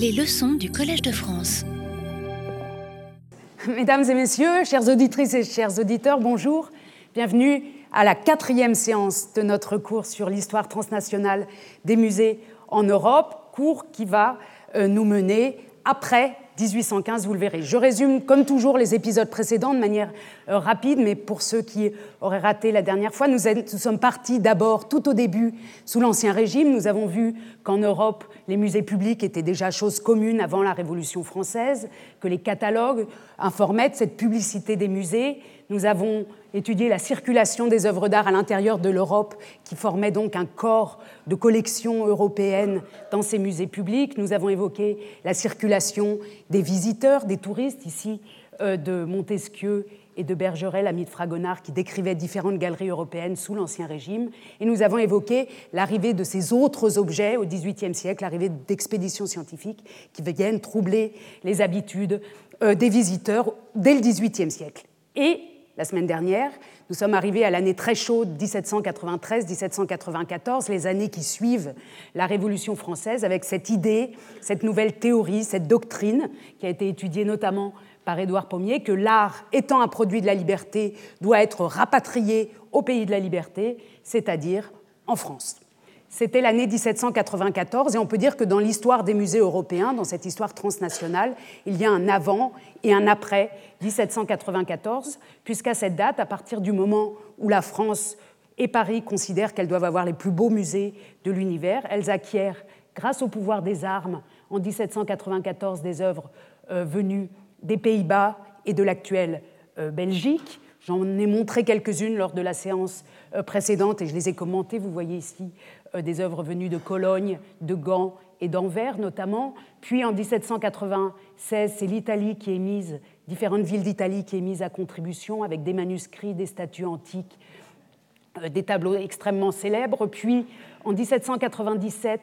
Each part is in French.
Les leçons du Collège de France. Mesdames et messieurs, chères auditrices et chers auditeurs, bonjour. Bienvenue à la 4e séance de notre cours sur l'histoire transnationale des musées en Europe, cours qui va nous mener après 1815, vous le verrez. Je résume comme toujours les épisodes précédents de manière rapide, mais pour ceux qui auraient raté la dernière fois, nous sommes partis d'abord tout au début sous l'Ancien Régime. Nous avons vu qu'en Europe, les musées publics étaient déjà chose commune avant la Révolution française, que les catalogues informaient de cette publicité des musées. Nous avons étudié la circulation des œuvres d'art à l'intérieur de l'Europe, qui formait donc un corps de collection européenne dans ces musées publics. Nous avons évoqué la circulation des visiteurs, des touristes, ici de Montesquieu et de Bergeret, l'ami de Fragonard, qui décrivait différentes galeries européennes sous l'Ancien Régime. Et nous avons évoqué l'arrivée de ces autres objets au XVIIIe siècle, l'arrivée d'expéditions scientifiques qui viennent troubler les habitudes des visiteurs dès le XVIIIe siècle. Et la semaine dernière, nous sommes arrivés à l'année très chaude 1793-1794, les années qui suivent la Révolution française, avec cette idée, cette nouvelle théorie, cette doctrine qui a été étudiée notamment par Édouard Pommier, que l'art étant un produit de la liberté doit être rapatrié au pays de la liberté, c'est-à-dire en France. C'était l'année 1794 et on peut dire que dans l'histoire des musées européens, dans cette histoire transnationale, il y a un avant et un après 1794, puisqu'à cette date, à partir du moment où la France et Paris considèrent qu'elles doivent avoir les plus beaux musées de l'univers, elles acquièrent, grâce au pouvoir des armes, en 1794, des œuvres venues des Pays-Bas et de l'actuelle Belgique. J'en ai montré quelques-unes lors de la séance précédente et je les ai commentées. Vous voyez ici des œuvres venues de Cologne, de Gand et d'Anvers notamment. Puis en 1796, c'est l'Italie qui est mise, différentes villes d'Italie qui est mise à contribution avec des manuscrits, des statues antiques, des tableaux extrêmement célèbres. Puis en 1797,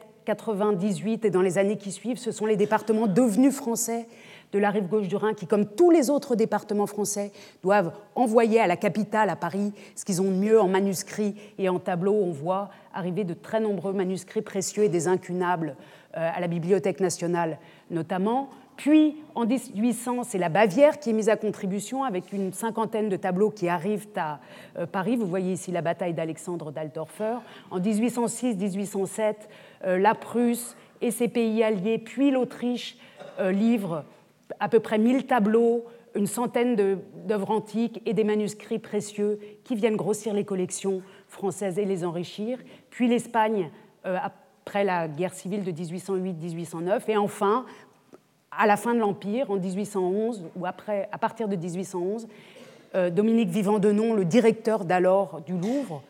98 et dans les années qui suivent, ce sont les départements devenus français de la rive gauche du Rhin qui, comme tous les autres départements français, doivent envoyer à la capitale, à Paris, ce qu'ils ont de mieux en manuscrits et en tableaux. On voit arriver de très nombreux manuscrits précieux et des incunables à la Bibliothèque nationale notamment. Puis, en 1800, c'est la Bavière qui est mise à contribution avec une cinquantaine de tableaux qui arrivent à Paris. Vous voyez ici la bataille d'Alexandre d'Altorfer. En 1806-1807, la Prusse et ses pays alliés, puis l'Autriche, livrent à peu près 1000 tableaux, une centaine d'œuvres antiques et des manuscrits précieux qui viennent grossir les collections françaises et les enrichir. Puis l'Espagne, après la guerre civile de 1808-1809. Et enfin, à la fin de l'Empire, en 1811, ou à partir de 1811, Dominique Vivant-Denon, le directeur d'alors du Louvre,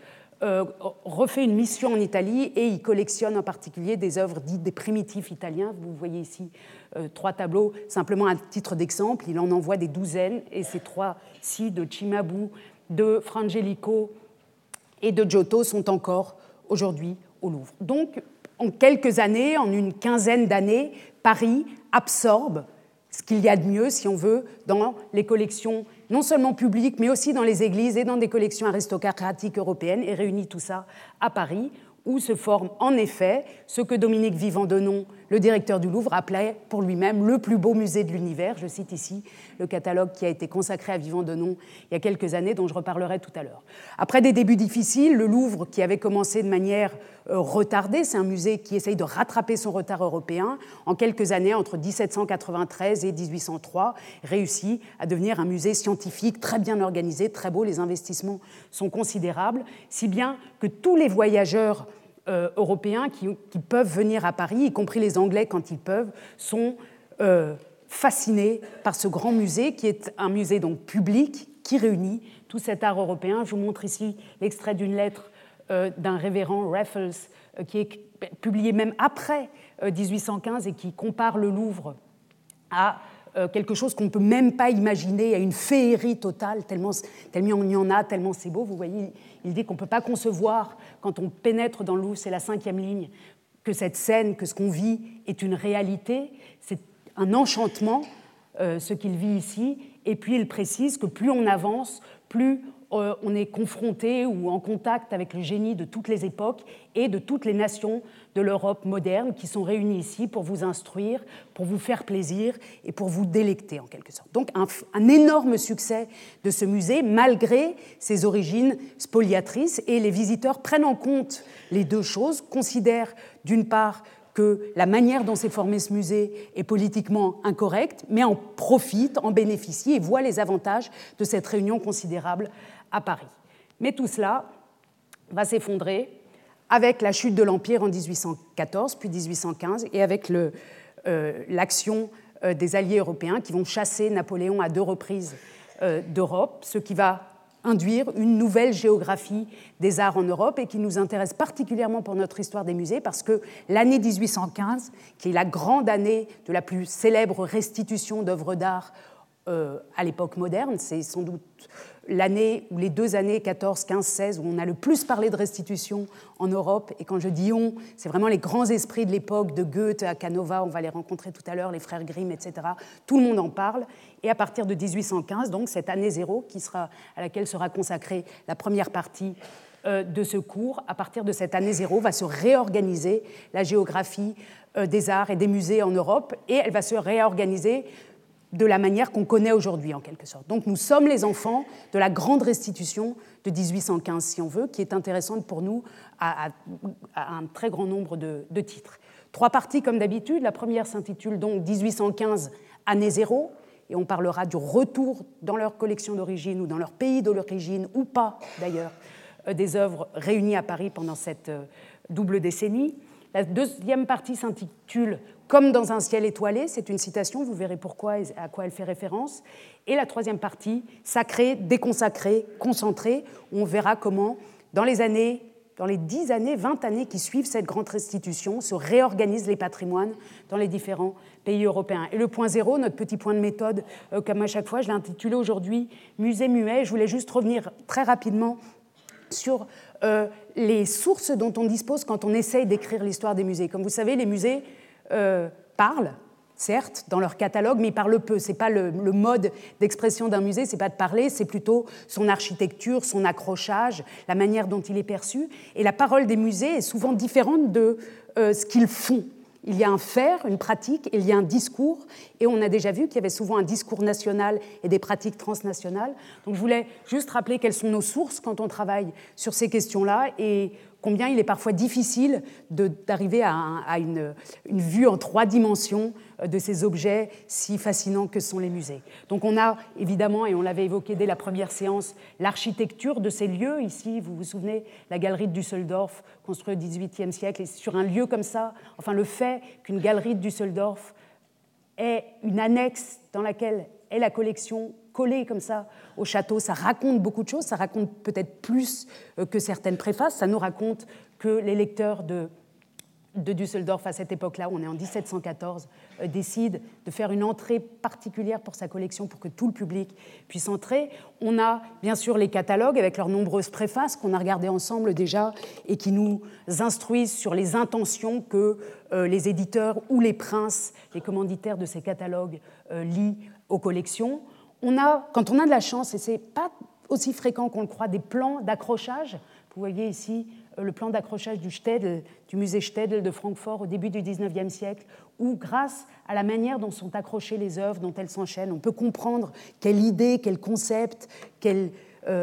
refait une mission en Italie et il collectionne en particulier des œuvres dites des primitifs italiens. Vous voyez ici 3 tableaux, simplement à titre d'exemple. Il en envoie des douzaines et ces 3-ci de Cimabue, de Frangelico et de Giotto sont encore aujourd'hui au Louvre. Donc, en quelques années, en une quinzaine d'années, Paris absorbe ce qu'il y a de mieux, si on veut, dans les collections non seulement publiques, mais aussi dans les églises et dans des collections aristocratiques européennes, et réunit tout ça à Paris, où se forme en effet ce que Dominique Vivant-Denon, le directeur du Louvre, appelait pour lui-même le plus beau musée de l'univers. Je cite ici le catalogue qui a été consacré à Vivant-Denon il y a quelques années, dont je reparlerai tout à l'heure. Après des débuts difficiles, le Louvre, qui avait commencé de manière retardée, c'est un musée qui essaye de rattraper son retard européen, en quelques années, entre 1793 et 1803, réussit à devenir un musée scientifique très bien organisé, très beau, les investissements sont considérables, si bien que tous les voyageurs européens qui peuvent venir à Paris, y compris les Anglais quand ils peuvent, sont fascinés par ce grand musée qui est un musée donc public qui réunit tout cet art européen. Je vous montre ici l'extrait d'une lettre d'un révérend Raffles qui est publié même après 1815 et qui compare le Louvre à quelque chose qu'on ne peut même pas imaginer, à une féerie totale, tellement il y en a, tellement c'est beau. Vous voyez, il dit qu'on ne peut pas concevoir, quand on pénètre dans le Louvre, c'est la 5e ligne, que cette scène, que ce qu'on vit est une réalité. C'est un enchantement, ce qu'il vit ici. Et puis il précise que plus on avance, plus on est confronté ou en contact avec le génie de toutes les époques et de toutes les nations de l'Europe moderne qui sont réunies ici pour vous instruire, pour vous faire plaisir et pour vous délecter en quelque sorte. Donc un énorme succès de ce musée malgré ses origines spoliatrices, et les visiteurs prennent en compte les deux choses, considèrent d'une part que la manière dont s'est formé ce musée est politiquement incorrecte, mais en profitent, en bénéficient et voient les avantages de cette réunion considérable à Paris. Mais tout cela va s'effondrer avec la chute de l'Empire en 1814, puis 1815, et avec l'action des alliés européens qui vont chasser Napoléon à 2 reprises d'Europe, ce qui va induire une nouvelle géographie des arts en Europe et qui nous intéresse particulièrement pour notre histoire des musées parce que l'année 1815, qui est la grande année de la plus célèbre restitution d'œuvres d'art à l'époque moderne, c'est sans doute l'année ou les 2 années 14, 15, 16 où on a le plus parlé de restitution en Europe. Et quand je dis on, c'est vraiment les grands esprits de l'époque, de Goethe à Canova, on va les rencontrer tout à l'heure, les frères Grimm, etc. Tout le monde en parle. Et à partir de 1815, donc cette année zéro à laquelle sera consacrée la première partie de ce cours, à partir de cette année zéro va se réorganiser la géographie des arts et des musées en Europe, et elle va se réorganiser de la manière qu'on connaît aujourd'hui, en quelque sorte. Donc nous sommes les enfants de la grande restitution de 1815, si on veut, qui est intéressante pour nous à un très grand nombre de titres. 3 parties, comme d'habitude. La première s'intitule donc 1815, année zéro, et on parlera du retour dans leur collection d'origine ou dans leur pays de l'origine, ou pas d'ailleurs, des œuvres réunies à Paris pendant cette double décennie. La deuxième partie s'intitule « Comme dans un ciel étoilé », c'est une citation, vous verrez pourquoi et à quoi elle fait référence. Et la troisième partie, sacrée, déconsacrée, concentrée, où on verra comment, dans les 10 années, 20 années qui suivent cette grande restitution, se réorganisent les patrimoines dans les différents pays européens. Et le point zéro, notre petit point de méthode, comme à chaque fois, je l'ai intitulé aujourd'hui « Musée muet ». Je voulais juste revenir très rapidement sur les sources dont on dispose quand on essaye d'écrire l'histoire des musées. Comme vous savez, les musées parlent, certes, dans leur catalogue, mais ils parlent peu. Ce n'est pas le mode d'expression d'un musée, ce n'est pas de parler, c'est plutôt son architecture, son accrochage, la manière dont il est perçu. Et la parole des musées est souvent différente de ce qu'ils font. Il y a un faire, une pratique, il y a un discours, et on a déjà vu qu'il y avait souvent un discours national et des pratiques transnationales. Donc je voulais juste rappeler quelles sont nos sources quand on travaille sur ces questions-là et combien il est parfois difficile d'arriver à une vue en 3 dimensions de ces objets si fascinants que sont les musées. Donc on a évidemment, et on l'avait évoqué dès la première séance, l'architecture de ces lieux. Ici, vous vous souvenez, la galerie de Düsseldorf, construite au XVIIIe siècle, et sur un lieu comme ça, enfin le fait qu'une galerie de Düsseldorf ait une annexe dans laquelle est la collection collée comme ça au château, ça raconte beaucoup de choses, ça raconte peut-être plus que certaines préfaces, ça nous raconte que les lecteurs de Düsseldorf à cette époque-là, on est en 1714, décide de faire une entrée particulière pour sa collection pour que tout le public puisse entrer. On a bien sûr les catalogues avec leurs nombreuses préfaces qu'on a regardées ensemble déjà et qui nous instruisent sur les intentions que les éditeurs ou les princes, les commanditaires de ces catalogues lient aux collections. Quand on a de la chance, et ce n'est pas aussi fréquent qu'on le croit, des plans d'accrochage. Vous voyez ici le plan d'accrochage du musée Städel de Francfort au début du XIXe siècle, où grâce à la manière dont sont accrochées les œuvres, dont elles s'enchaînent, on peut comprendre quelle idée, quel concept, quelle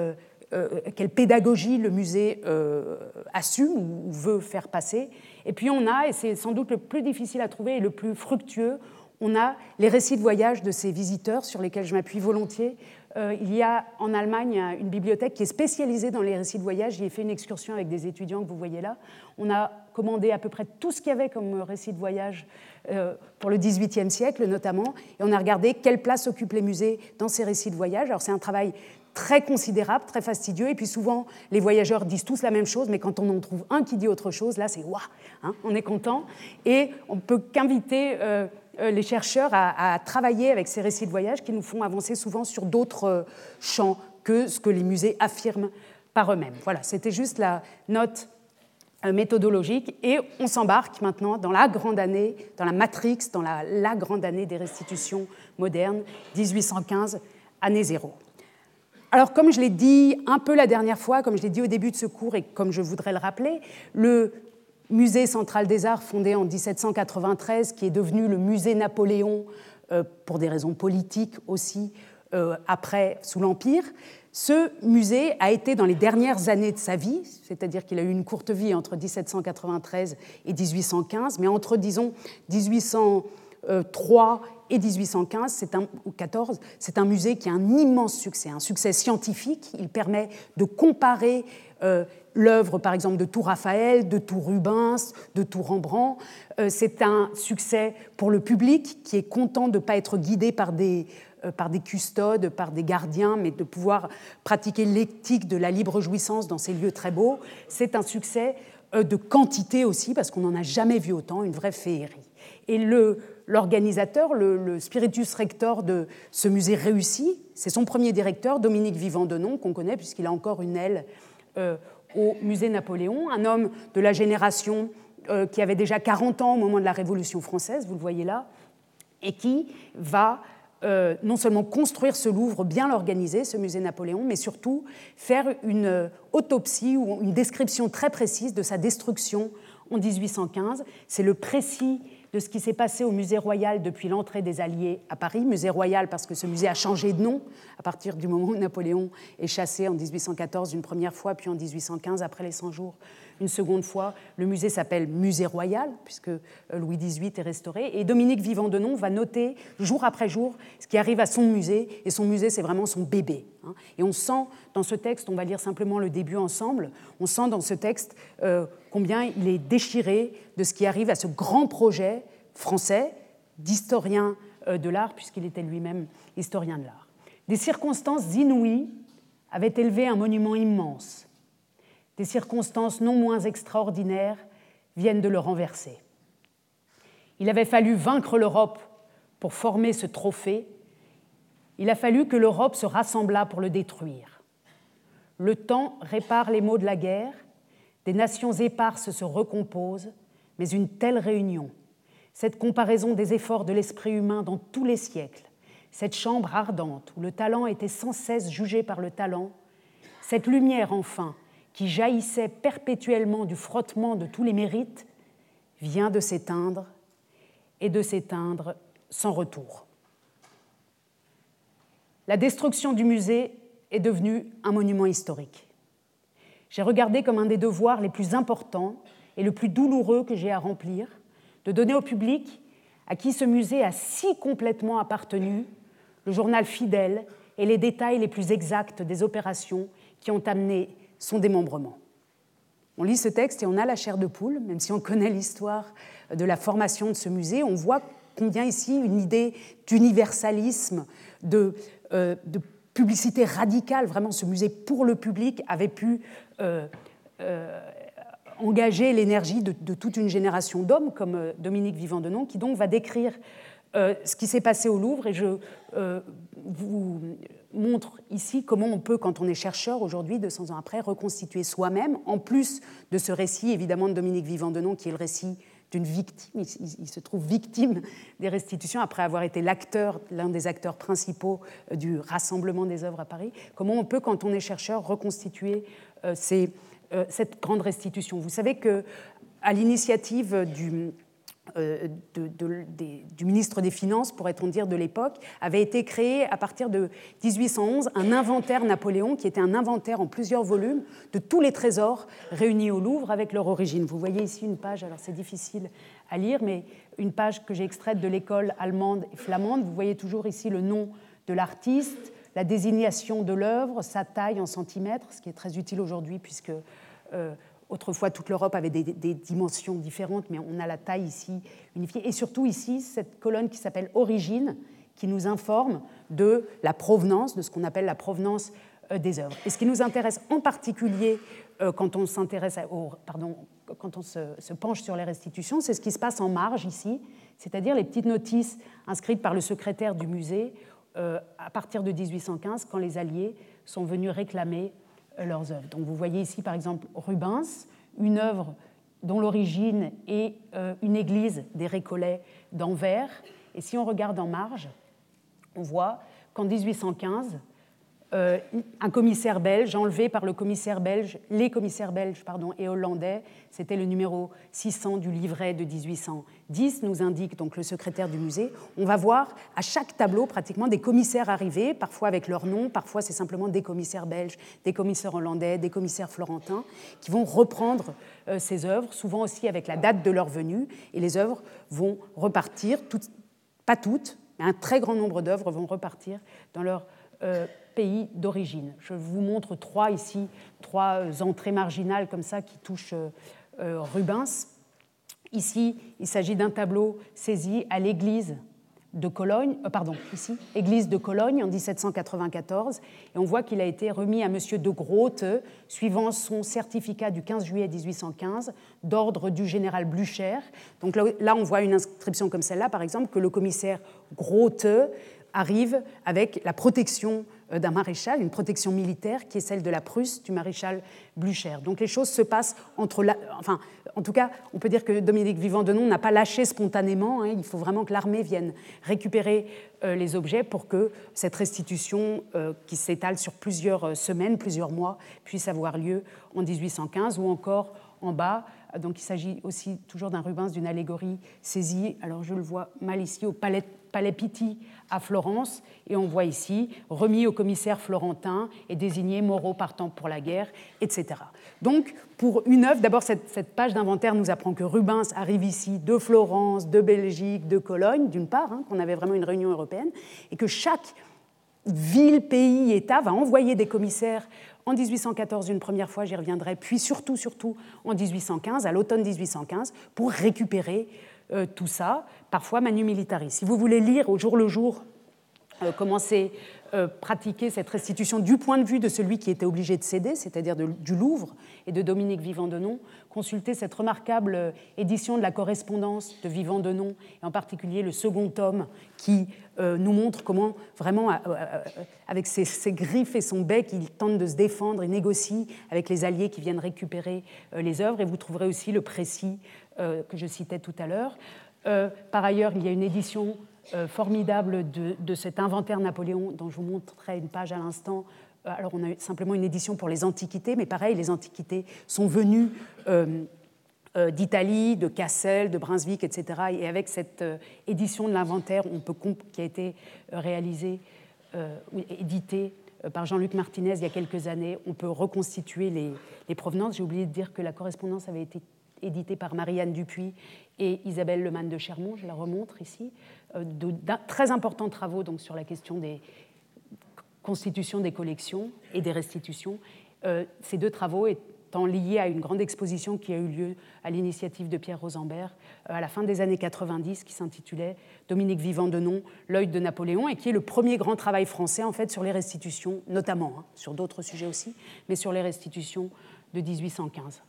pédagogie le musée assume ou veut faire passer. Et puis on a, et c'est sans doute le plus difficile à trouver et le plus fructueux, on a les récits de voyage de ces visiteurs sur lesquels je m'appuie volontiers. Il y a en Allemagne une bibliothèque qui est spécialisée dans les récits de voyage. J'y ai fait une excursion avec des étudiants que vous voyez là. On a commandé à peu près tout ce qu'il y avait comme récit de voyage pour le XVIIIe siècle notamment. Et on a regardé quelle place occupent les musées dans ces récits de voyage. Alors c'est un travail très considérable, très fastidieux. Et puis souvent, les voyageurs disent tous la même chose, mais quand on en trouve un qui dit autre chose, là c'est « waouh !» on est content. Et on ne peut qu'inviter les chercheurs à travailler avec ces récits de voyage qui nous font avancer souvent sur d'autres champs que ce que les musées affirment par eux-mêmes. Voilà, c'était juste la note méthodologique. Et on s'embarque maintenant dans la grande année, dans la matrix, dans la grande année des restitutions modernes, 1815, année zéro. Alors, comme je l'ai dit un peu la dernière fois, comme je l'ai dit au début de ce cours et comme je voudrais le rappeler, le Musée central des arts, fondé en 1793, qui est devenu le musée Napoléon pour des raisons politiques aussi, après, sous l'Empire, ce musée a été dans les dernières années de sa vie, c'est-à-dire qu'il a eu une courte vie entre 1793 et 1815, mais entre, disons, 1803 et 1815, ou 14, c'est un musée qui a un immense succès, un succès scientifique. Il permet de comparer l'œuvre, par exemple, de tout Raphaël, de tout Rubens, de tout Rembrandt. C'est un succès pour le public qui est content de ne pas être guidé par des custodes, par des gardiens, mais de pouvoir pratiquer l'éthique de la libre jouissance dans ces lieux très beaux. C'est un succès de quantité aussi, parce qu'on n'en a jamais vu autant, une vraie féerie. Et l'organisateur, le spiritus rector de ce musée réussi, c'est son premier directeur, Dominique Vivant-Denon, qu'on connaît puisqu'il a encore une aile au musée Napoléon, un homme de la génération qui avait déjà 40 ans au moment de la Révolution française, vous le voyez là, et qui va non seulement construire ce Louvre, bien l'organiser, ce musée Napoléon, mais surtout faire une autopsie ou une description très précise de sa destruction en 1815. C'est le précis de ce qui s'est passé au musée royal depuis l'entrée des Alliés à Paris. Musée royal parce que ce musée a changé de nom à partir du moment où Napoléon est chassé en 1814 une première fois, puis en 1815, après les 100 jours, une seconde fois. Le musée s'appelle Musée royal, puisque Louis XVIII est restauré. Et Dominique Vivant-Denon va noter jour après jour ce qui arrive à son musée. Et son musée, c'est vraiment son bébé. Et on sent dans ce texte, on va lire simplement le début ensemble, on sent dans ce texte combien il est déchiré de ce qui arrive à ce grand projet français d'historien de l'art, puisqu'il était lui-même historien de l'art. Des circonstances inouïes avaient élevé un monument immense. Des circonstances non moins extraordinaires viennent de le renverser. Il avait fallu vaincre l'Europe pour former ce trophée. Il a fallu que l'Europe se rassemblât pour le détruire. Le temps répare les maux de la guerre, des nations éparses se recomposent, mais une telle réunion, cette comparaison des efforts de l'esprit humain dans tous les siècles, cette chambre ardente où le talent était sans cesse jugé par le talent, cette lumière enfin qui jaillissait perpétuellement du frottement de tous les mérites, vient de s'éteindre et de s'éteindre sans retour. La destruction du musée est devenue un monument historique. J'ai regardé comme un des devoirs les plus importants et le plus douloureux que j'ai à remplir, de donner au public, à qui ce musée a si complètement appartenu, le journal fidèle et les détails les plus exacts des opérations qui ont amené son démembrement. On lit ce texte et on a la chair de poule, même si on connaît l'histoire de la formation de ce musée, on voit combien ici une idée d'universalisme, de publicité radicale, vraiment ce musée pour le public avait pu engager l'énergie de toute une génération d'hommes comme Dominique Vivant-Denon, qui donc va décrire ce qui s'est passé au Louvre. Et je vous montre ici comment on peut, quand on est chercheur aujourd'hui, 200 ans après, reconstituer soi-même, en plus de ce récit évidemment de Dominique Vivant-Denon, qui est le récit d'une victime. Il se trouve victime des restitutions après avoir été l'un des acteurs principaux du rassemblement des œuvres à Paris. Comment on peut, quand on est chercheur, reconstituer cette grande restitution. Vous savez qu'à l'initiative du ministre des Finances, pourrait-on dire, de l'époque, avait été créé à partir de 1811 un inventaire Napoléon, qui était un inventaire en plusieurs volumes de tous les trésors réunis au Louvre avec leur origine. Vous voyez ici une page, alors c'est difficile à lire, mais une page que j'ai extraite de l'école allemande et flamande. Vous voyez toujours ici le nom de l'artiste, la désignation de l'œuvre, sa taille en centimètres, ce qui est très utile aujourd'hui puisque autrefois toute l'Europe avait des dimensions différentes, mais on a la taille ici unifiée. Et surtout ici, cette colonne qui s'appelle Origine, qui nous informe de la provenance, de ce qu'on appelle la provenance des œuvres. Et ce qui nous intéresse en particulier quand on se penche sur les restitutions, c'est ce qui se passe en marge ici, c'est-à-dire les petites notices inscrites par le secrétaire du musée à partir de 1815, quand les Alliés sont venus réclamer leurs œuvres. Donc vous voyez ici par exemple Rubens, une œuvre dont l'origine est une église des Récollets d'Anvers. Et si on regarde en marge, on voit qu'en 1815, un commissaire belge enlevé par les commissaires belges et hollandais. C'était le numéro 600 du livret de 1810, nous indique donc le secrétaire du musée. On va voir à chaque tableau pratiquement des commissaires arrivés, parfois avec leur nom, parfois c'est simplement des commissaires belges, des commissaires hollandais, des commissaires florentins, qui vont reprendre ces œuvres, souvent aussi avec la date de leur venue, et les œuvres vont repartir, pas toutes, mais un très grand nombre d'œuvres vont repartir dans leur pays d'origine. Je vous montre trois entrées marginales comme ça qui touchent Rubens. Ici, il s'agit d'un tableau saisi à l'église de Cologne, église de Cologne en 1794, et on voit qu'il a été remis à M. de Grote, suivant son certificat du 15 juillet 1815, d'ordre du général Blücher. Donc là, on voit une inscription comme celle-là, par exemple, que le commissaire Grote arrive avec la protection d'un maréchal, une protection militaire qui est celle de la Prusse du maréchal Blücher. Donc les choses se passent en tout cas, on peut dire que Dominique Vivant-Denon n'a pas lâché spontanément. Il faut vraiment que l'armée vienne récupérer les objets pour que cette restitution, qui s'étale sur plusieurs semaines, plusieurs mois, puisse avoir lieu en 1815 ou encore en bas. Donc il s'agit aussi toujours d'un Rubens, d'une allégorie saisie, alors je le vois mal ici, au Palais Pitti à Florence, et on voit ici remis au commissaire florentin et désigné Moreau partant pour la guerre, etc. Donc pour une œuvre, d'abord cette page d'inventaire nous apprend que Rubens arrive ici de Florence, de Belgique, de Cologne, d'une part, qu'on avait vraiment une réunion européenne, et que chaque ville, pays, État va envoyer des commissaires en 1814 une première fois, j'y reviendrai, puis surtout en 1815, à l'automne 1815, pour récupérer tout ça, parfois manu militari. Si vous voulez lire au jour le jour comment c'est pratiquer cette restitution du point de vue de celui qui était obligé de céder, c'est-à-dire du Louvre et de Dominique Vivant-Denon, consultez cette remarquable édition de la correspondance de Vivant-Denon, et en particulier le second tome qui nous montre comment, vraiment, avec ses griffes et son bec, il tente de se défendre et négocie avec les alliés qui viennent récupérer les œuvres, et vous trouverez aussi le précis que je citais tout à l'heure. Par ailleurs, il y a une édition formidable de cet inventaire Napoléon dont je vous montrerai une page à l'instant. Alors on a simplement une édition pour les antiquités, mais pareil, les antiquités sont venues d'Italie, de Cassel, de Brunswick, etc. Et avec cette édition de l'inventaire qui a été réalisée, éditée par Jean-Luc Martinez il y a quelques années, on peut reconstituer les provenances. J'ai oublié de dire que la correspondance avait été éditée par Marie-Anne Dupuis et Isabelle Lemann de Chermont, je la remontre ici, de très importants travaux donc, sur la question des constitutions des collections et des restitutions. Ces deux travaux étant liés à une grande exposition qui a eu lieu à l'initiative de Pierre Rosenberg à la fin des années 90, qui s'intitulait Dominique Vivant-Denon, l'œil de Napoléon, et qui est le premier grand travail français en fait sur les restitutions, notamment, sur d'autres sujets aussi, mais sur les restitutions de 1815.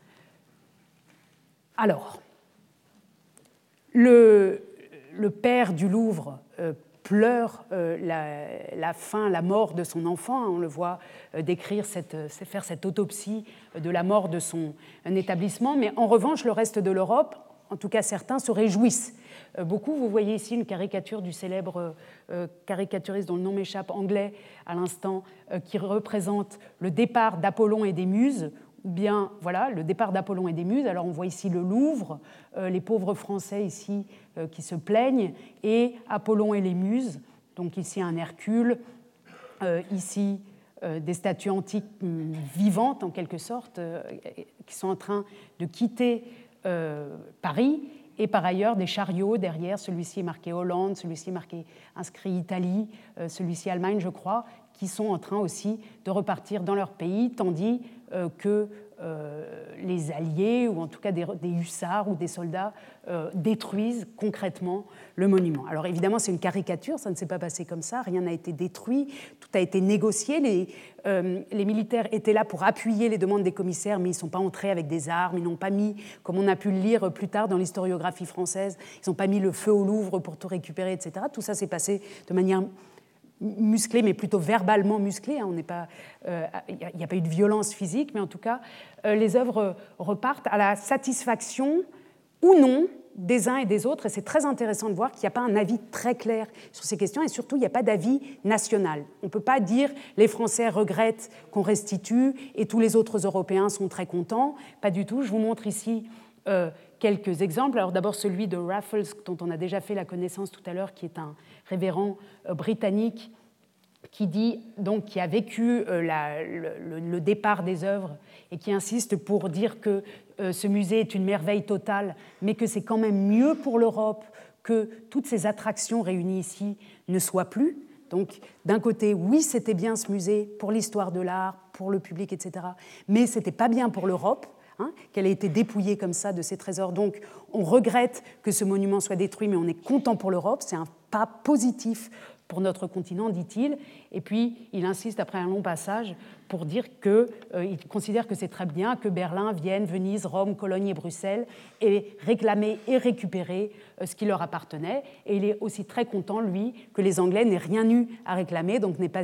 Alors, le père du Louvre pleure la mort de son enfant. On le voit faire cette autopsie de la mort de son établissement. Mais en revanche, le reste de l'Europe, en tout cas certains, se réjouissent beaucoup. Vous voyez ici une caricature du célèbre caricaturiste dont le nom m'échappe, anglais à l'instant, qui représente le départ d'Apollon et des Muses, ou bien voilà, le départ d'Apollon et des Muses. Alors on voit ici le Louvre, les pauvres Français ici qui se plaignent, et Apollon et les Muses, donc ici un Hercule, ici des statues antiques vivantes en quelque sorte, qui sont en train de quitter Paris, et par ailleurs des chariots derrière, celui-ci est marqué Hollande, celui-ci est marqué inscrit Italie, celui-ci Allemagne je crois, qui sont en train aussi de repartir dans leur pays, tandis que les alliés, ou en tout cas des hussards ou des soldats, détruisent concrètement le monument. Alors évidemment, c'est une caricature, ça ne s'est pas passé comme ça, rien n'a été détruit, tout a été négocié. Les militaires étaient là pour appuyer les demandes des commissaires, mais ils ne sont pas entrés avec des armes, ils n'ont pas mis, comme on a pu le lire plus tard dans l'historiographie française, ils n'ont pas mis le feu au Louvre pour tout récupérer, etc. Tout ça s'est passé de manière musclé, mais plutôt verbalement musclé. Il n'y a pas eu de violence physique, mais en tout cas, les œuvres repartent à la satisfaction ou non des uns et des autres, et c'est très intéressant de voir qu'il n'y a pas un avis très clair sur ces questions, et surtout, il n'y a pas d'avis national. On ne peut pas dire les Français regrettent qu'on restitue et tous les autres Européens sont très contents. Pas du tout. Je vous montre ici quelques exemples. Alors d'abord celui de Raffles, dont on a déjà fait la connaissance tout à l'heure, qui est un révérend britannique qui a vécu le départ des œuvres et qui insiste pour dire que ce musée est une merveille totale, mais que c'est quand même mieux pour l'Europe que toutes ces attractions réunies ici ne soient plus. Donc, d'un côté, oui, c'était bien ce musée pour l'histoire de l'art, pour le public, etc., mais ce n'était pas bien pour l'Europe, qu'elle ait été dépouillée comme ça de ses trésors. Donc, on regrette que ce monument soit détruit, mais on est content pour l'Europe. C'est un pas positif pour notre continent, dit-il. Et puis, il insiste, après un long passage, pour dire qu'il considère que c'est très bien que Berlin, Vienne, Venise, Rome, Cologne et Bruxelles aient réclamé et récupéré ce qui leur appartenait. Et il est aussi très content, lui, que les Anglais n'aient rien eu à réclamer, donc n'aient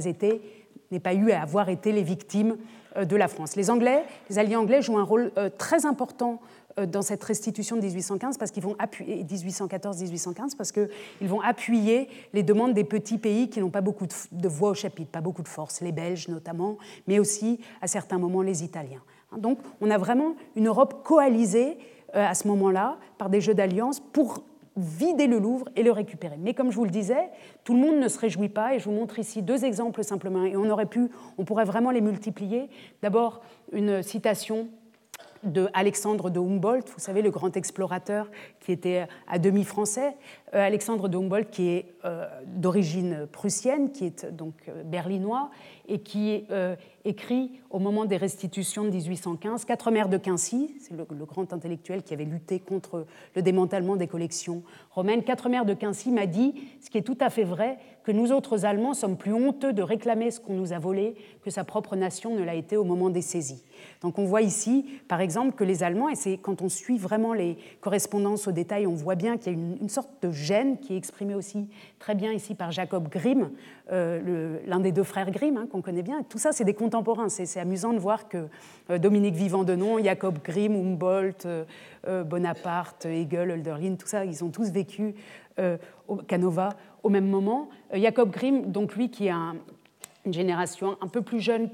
pas eu à avoir été les victimes de la France. Les alliés anglais jouent un rôle très important dans cette restitution de 1815 parce qu'ils vont appuyer 1814-1815 parce qu'ils vont appuyer les demandes des petits pays qui n'ont pas beaucoup de voix au chapitre, pas beaucoup de force, les Belges notamment, mais aussi à certains moments les Italiens. Donc on a vraiment une Europe coalisée à ce moment-là par des jeux d'alliance pour vider le Louvre et le récupérer. Mais comme je vous le disais, tout le monde ne se réjouit pas, et je vous montre ici deux exemples simplement, et on pourrait vraiment les multiplier. D'abord, une citation de Alexandre de Humboldt, vous savez, le grand explorateur qui était à demi français. Alexandre de Humboldt, qui est d'origine prussienne, qui est donc berlinois, et qui écrit au moment des restitutions de 1815, Quatremer de Quincy, c'est le grand intellectuel qui avait lutté contre le démantèlement des collections romaines. Quatremer de Quincy m'a dit, ce qui est tout à fait vrai, que nous autres Allemands sommes plus honteux de réclamer ce qu'on nous a volé que sa propre nation ne l'a été au moment des saisies. Donc on voit ici, par exemple, que les Allemands, et c'est quand on suit vraiment les correspondances au détail, on voit bien qu'il y a une sorte de gêne qui est exprimée aussi très bien ici par Jacob Grimm, l'un des deux frères Grimm, qu'on connaît bien. Tout ça, c'est des contemporains. C'est amusant de voir que Dominique Vivant-Denon, Jacob Grimm, Humboldt, Bonaparte, Hegel, Hölderlin, tout ça, ils ont tous vécu au Canova au même moment. Jacob Grimm, donc lui qui est une génération un peu plus jeune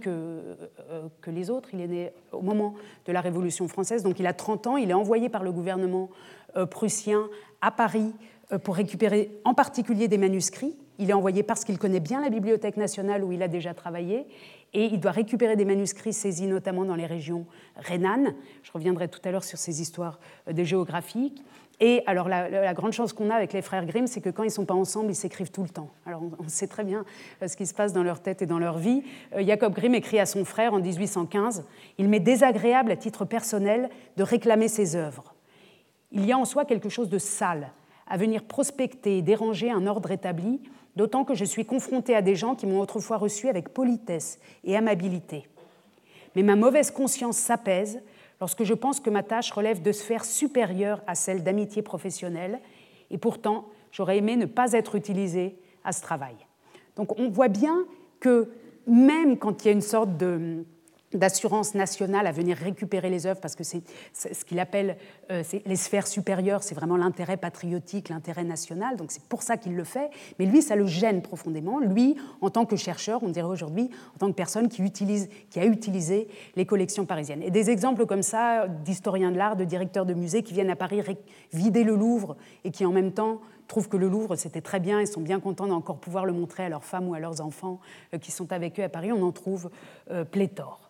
que les autres, il est né au moment de la Révolution française, donc il a 30 ans, il est envoyé par le gouvernement prussien à Paris pour récupérer en particulier des manuscrits. Il est envoyé parce qu'il connaît bien la Bibliothèque nationale où il a déjà travaillé, et il doit récupérer des manuscrits saisis notamment dans les régions rhénanes. Je reviendrai tout à l'heure sur ces histoires de géographie. Et alors la grande chance qu'on a avec les frères Grimm, c'est que quand ils ne sont pas ensemble, ils s'écrivent tout le temps. Alors on sait très bien ce qui se passe dans leur tête et dans leur vie. Jacob Grimm écrit à son frère en 1815 « Il m'est désagréable à titre personnel de réclamer ses œuvres. Il y a en soi quelque chose de sale à venir prospecter et déranger un ordre établi, d'autant que je suis confronté à des gens qui m'ont autrefois reçu avec politesse et amabilité. Mais ma mauvaise conscience s'apaise lorsque je pense que ma tâche relève de sphères supérieures à celle d'amitié professionnelle, et pourtant, j'aurais aimé ne pas être utilisé à ce travail. » Donc on voit bien que même quand il y a une sorte d'assurance nationale à venir récupérer les œuvres, parce que c'est ce qu'il appelle les sphères supérieures, c'est vraiment l'intérêt patriotique, l'intérêt national, donc c'est pour ça qu'il le fait, mais lui, ça le gêne profondément. Lui, en tant que chercheur, on dirait aujourd'hui, en tant que personne qui a utilisé les collections parisiennes. Et des exemples comme ça, d'historiens de l'art, de directeurs de musées qui viennent à Paris vider le Louvre et qui en même temps trouvent que le Louvre, c'était très bien et sont bien contents d'encore pouvoir le montrer à leurs femmes ou à leurs enfants qui sont avec eux à Paris, on en trouve pléthore.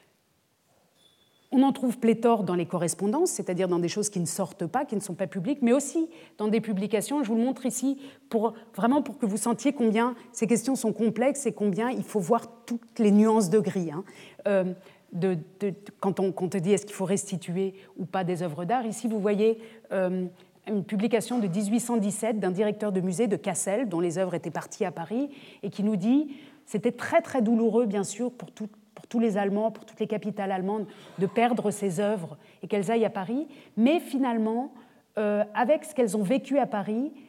On en trouve pléthore dans les correspondances, c'est-à-dire dans des choses qui ne sortent pas, qui ne sont pas publiques, mais aussi dans des publications. Je vous le montre ici vraiment pour que vous sentiez combien ces questions sont complexes et combien il faut voir toutes les nuances de gris. Quand on te dit est-ce qu'il faut restituer ou pas des œuvres d'art, ici vous voyez une publication de 1817 d'un directeur de musée de Cassel, dont les œuvres étaient parties à Paris, et qui nous dit « c'était très très douloureux bien sûr pour tous les Allemands, pour toutes les capitales allemandes, de perdre ces œuvres et qu'elles aillent à Paris. Mais finalement, avec ce qu'elles ont vécu à Paris,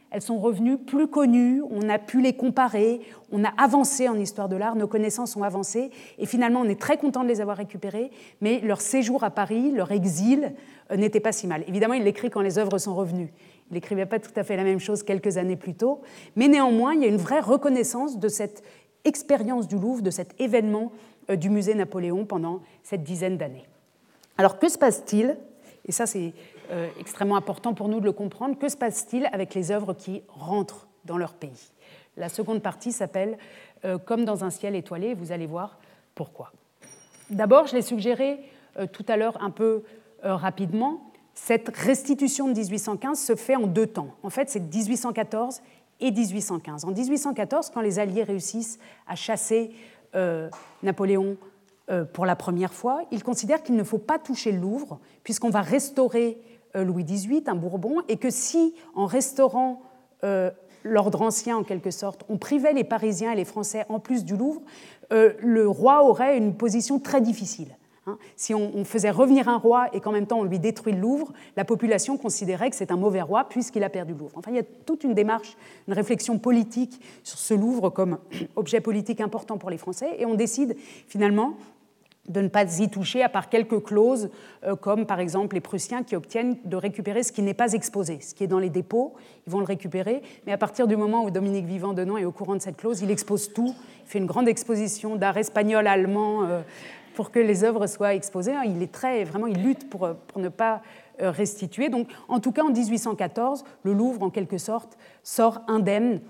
elles sont revenues plus connues, on a pu les comparer, on a avancé en histoire de l'art, nos connaissances ont avancé, et finalement on est très content de les avoir récupérées, mais leur séjour à Paris, leur exil, n'était pas si mal. Évidemment, il l'écrit quand les œuvres sont revenues. Il n'écrivait pas tout à fait la même chose quelques années plus tôt, mais néanmoins, il y a une vraie reconnaissance de cette expérience du Louvre, de cet événement du musée Napoléon pendant cette dizaine d'années. Alors, que se passe-t-il ? Et ça, c'est extrêmement important pour nous de le comprendre. Que se passe-t-il avec les œuvres qui rentrent dans leur pays ? La seconde partie s'appelle « Comme dans un ciel étoilé », vous allez voir pourquoi. D'abord, je l'ai suggéré tout à l'heure un peu rapidement, cette restitution de 1815 se fait en deux temps. En fait, c'est 1814 et 1815. En 1814, quand les Alliés réussissent à chasser Napoléon pour la première fois, ils considèrent qu'il ne faut pas toucher le Louvre, puisqu'on va restaurer Louis XVIII, un Bourbon, et que si, en restaurant l'ordre ancien, en quelque sorte, on privait les Parisiens et les Français en plus du Louvre, le roi aurait une position très difficile. Si on faisait revenir un roi et qu'en même temps on lui détruit le Louvre, la population considérait que c'est un mauvais roi puisqu'il a perdu le Louvre. Enfin, il y a toute une démarche, une réflexion politique sur ce Louvre comme objet politique important pour les Français, et on décide finalement de ne pas y toucher à part quelques clauses, comme par exemple les Prussiens qui obtiennent de récupérer ce qui n'est pas exposé, ce qui est dans les dépôts, ils vont le récupérer, mais à partir du moment où Dominique Vivant-Denon est au courant de cette clause, il expose tout, il fait une grande exposition d'art espagnol, allemand, pour que les œuvres soient exposées. Il est vraiment, il lutte pour ne pas restituer. Donc, en tout cas, en 1814, le Louvre, en quelque sorte, sort indemne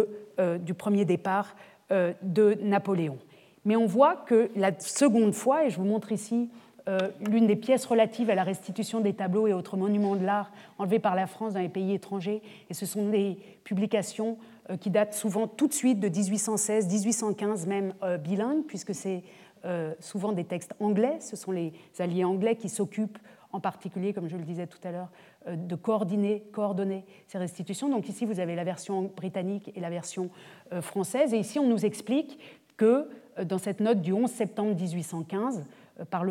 du premier départ de Napoléon. Mais on voit que la seconde fois, et je vous montre ici l'une des pièces relatives à la restitution des tableaux et autres monuments de l'art enlevés par la France dans les pays étrangers, et ce sont des publications qui datent souvent tout de suite de 1816, 1815, même bilingues, puisque c'est souvent des textes anglais. Ce sont les alliés anglais qui s'occupent en particulier, comme je le disais tout à l'heure, de coordonner ces restitutions. Donc ici, vous avez la version britannique et la version française. Et ici, on nous explique que dans cette note du 11 septembre 1815, par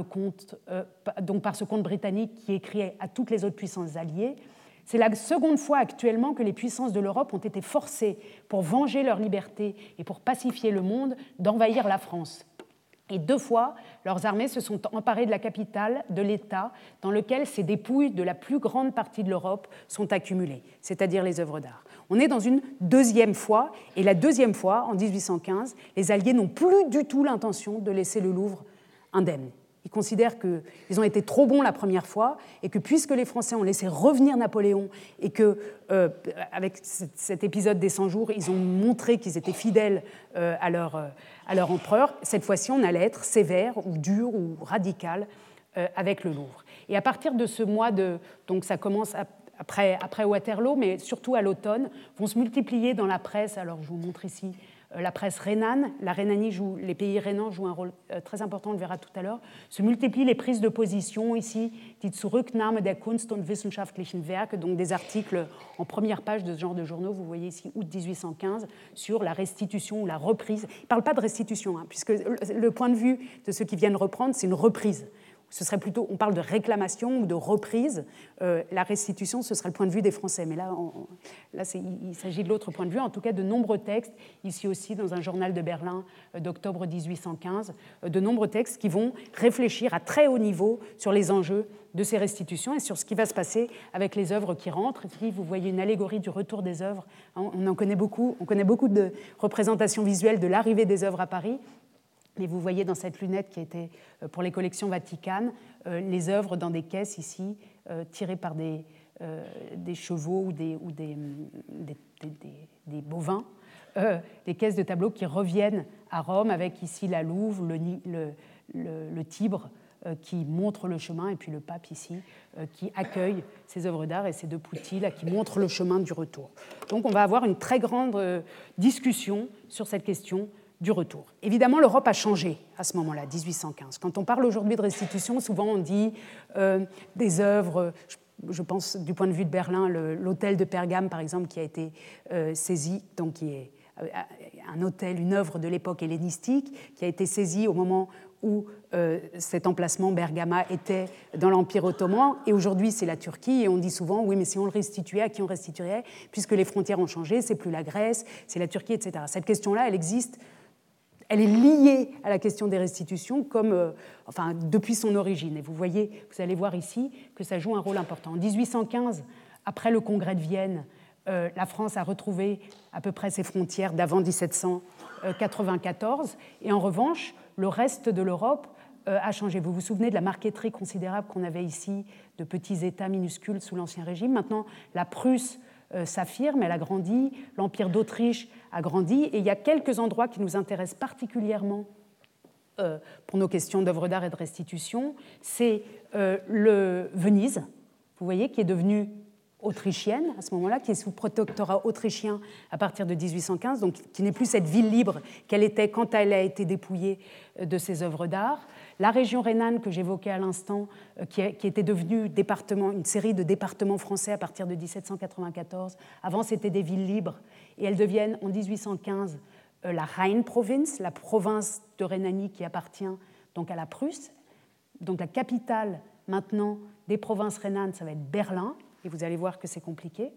ce comte britannique qui écrit à toutes les autres puissances alliées, c'est la seconde fois actuellement que les puissances de l'Europe ont été forcées, pour venger leur liberté et pour pacifier le monde, d'envahir la France. Et 2 fois, leurs armées se sont emparées de la capitale, de l'État, dans lequel ces dépouilles de la plus grande partie de l'Europe sont accumulées, c'est-à-dire les œuvres d'art. On est dans une deuxième fois, et la deuxième fois, en 1815, les Alliés n'ont plus du tout l'intention de laisser le Louvre indemne. Ils considèrent qu'ils ont été trop bons la première fois et que puisque les Français ont laissé revenir Napoléon et qu'avec cet épisode des 100 jours, ils ont montré qu'ils étaient fidèles à leur empereur, cette fois-ci, on allait être sévère ou dur ou radical avec le Louvre. Et à partir de ce mois donc ça commence après Waterloo, mais surtout à l'automne, vont se multiplier dans la presse, alors je vous montre ici, la presse rhénane, les pays rhénans jouent un rôle très important, on le verra tout à l'heure, se multiplient les prises de position ici, die Zurücknahme der Kunst- und wissenschaftlichen Werke, donc des articles en première page de ce genre de journaux, vous voyez ici, août 1815, sur la restitution ou la reprise. Ils ne parlent pas de restitution, puisque le point de vue de ceux qui viennent reprendre, c'est une reprise. Ce serait plutôt, on parle de réclamation ou de reprise. La restitution, ce serait le point de vue des Français. Mais là, il s'agit de l'autre point de vue. En tout cas, de nombreux textes, ici aussi dans un journal de Berlin d'octobre 1815, de nombreux textes qui vont réfléchir à très haut niveau sur les enjeux de ces restitutions et sur ce qui va se passer avec les œuvres qui rentrent. Ici, vous voyez une allégorie du retour des œuvres. On en connaît beaucoup. On connaît beaucoup de représentations visuelles de l'arrivée des œuvres à Paris. Mais vous voyez dans cette lunette qui était pour les collections vaticanes, les œuvres dans des caisses ici, tirées par des chevaux ou des bovins, des caisses de tableaux qui reviennent à Rome avec ici la Louve, le Tibre qui montre le chemin, et puis le pape ici qui accueille ces œuvres d'art et ces 2 poutis là qui montrent le chemin du retour. Donc on va avoir une très grande discussion sur cette question du retour. Évidemment, l'Europe a changé à ce moment-là, 1815. Quand on parle aujourd'hui de restitution, souvent on dit des œuvres, je pense du point de vue de Berlin, l'hôtel de Pergame, par exemple, qui a été saisi, donc qui est un hôtel, une œuvre de l'époque hellénistique qui a été saisie au moment où cet emplacement Bergama était dans l'Empire ottoman, et aujourd'hui c'est la Turquie, et on dit souvent oui mais si on le restituait, à qui on restituerait, puisque les frontières ont changé, c'est plus la Grèce, c'est la Turquie, etc. Cette question-là, elle existe, elle est liée à la question des restitutions depuis son origine, et vous allez voir ici que ça joue un rôle important. En 1815, après le congrès de Vienne, la France a retrouvé à peu près ses frontières d'avant 1794, et en revanche, le reste de l'Europe a changé. Vous vous souvenez de la marqueterie considérable qu'on avait ici, de petits États minuscules sous l'Ancien Régime. Maintenant, la Prusse s'affirme, elle a grandi, l'Empire d'Autriche a grandi, et il y a quelques endroits qui nous intéressent particulièrement pour nos questions d'œuvres d'art et de restitution. C'est Venise, vous voyez, qui est devenue autrichienne à ce moment-là, qui est sous protectorat autrichien à partir de 1815, donc qui n'est plus cette ville libre qu'elle était quand elle a été dépouillée de ses œuvres d'art. La région rhénane que j'évoquais à l'instant, qui était devenue une série de départements français à partir de 1794. Avant, c'était des villes libres, et elles deviennent en 1815 la Rhine-Province, la province de Rhénanie qui appartient donc à la Prusse. Donc la capitale maintenant des provinces rhénanes, ça va être Berlin. Et vous allez voir que c'est compliqué.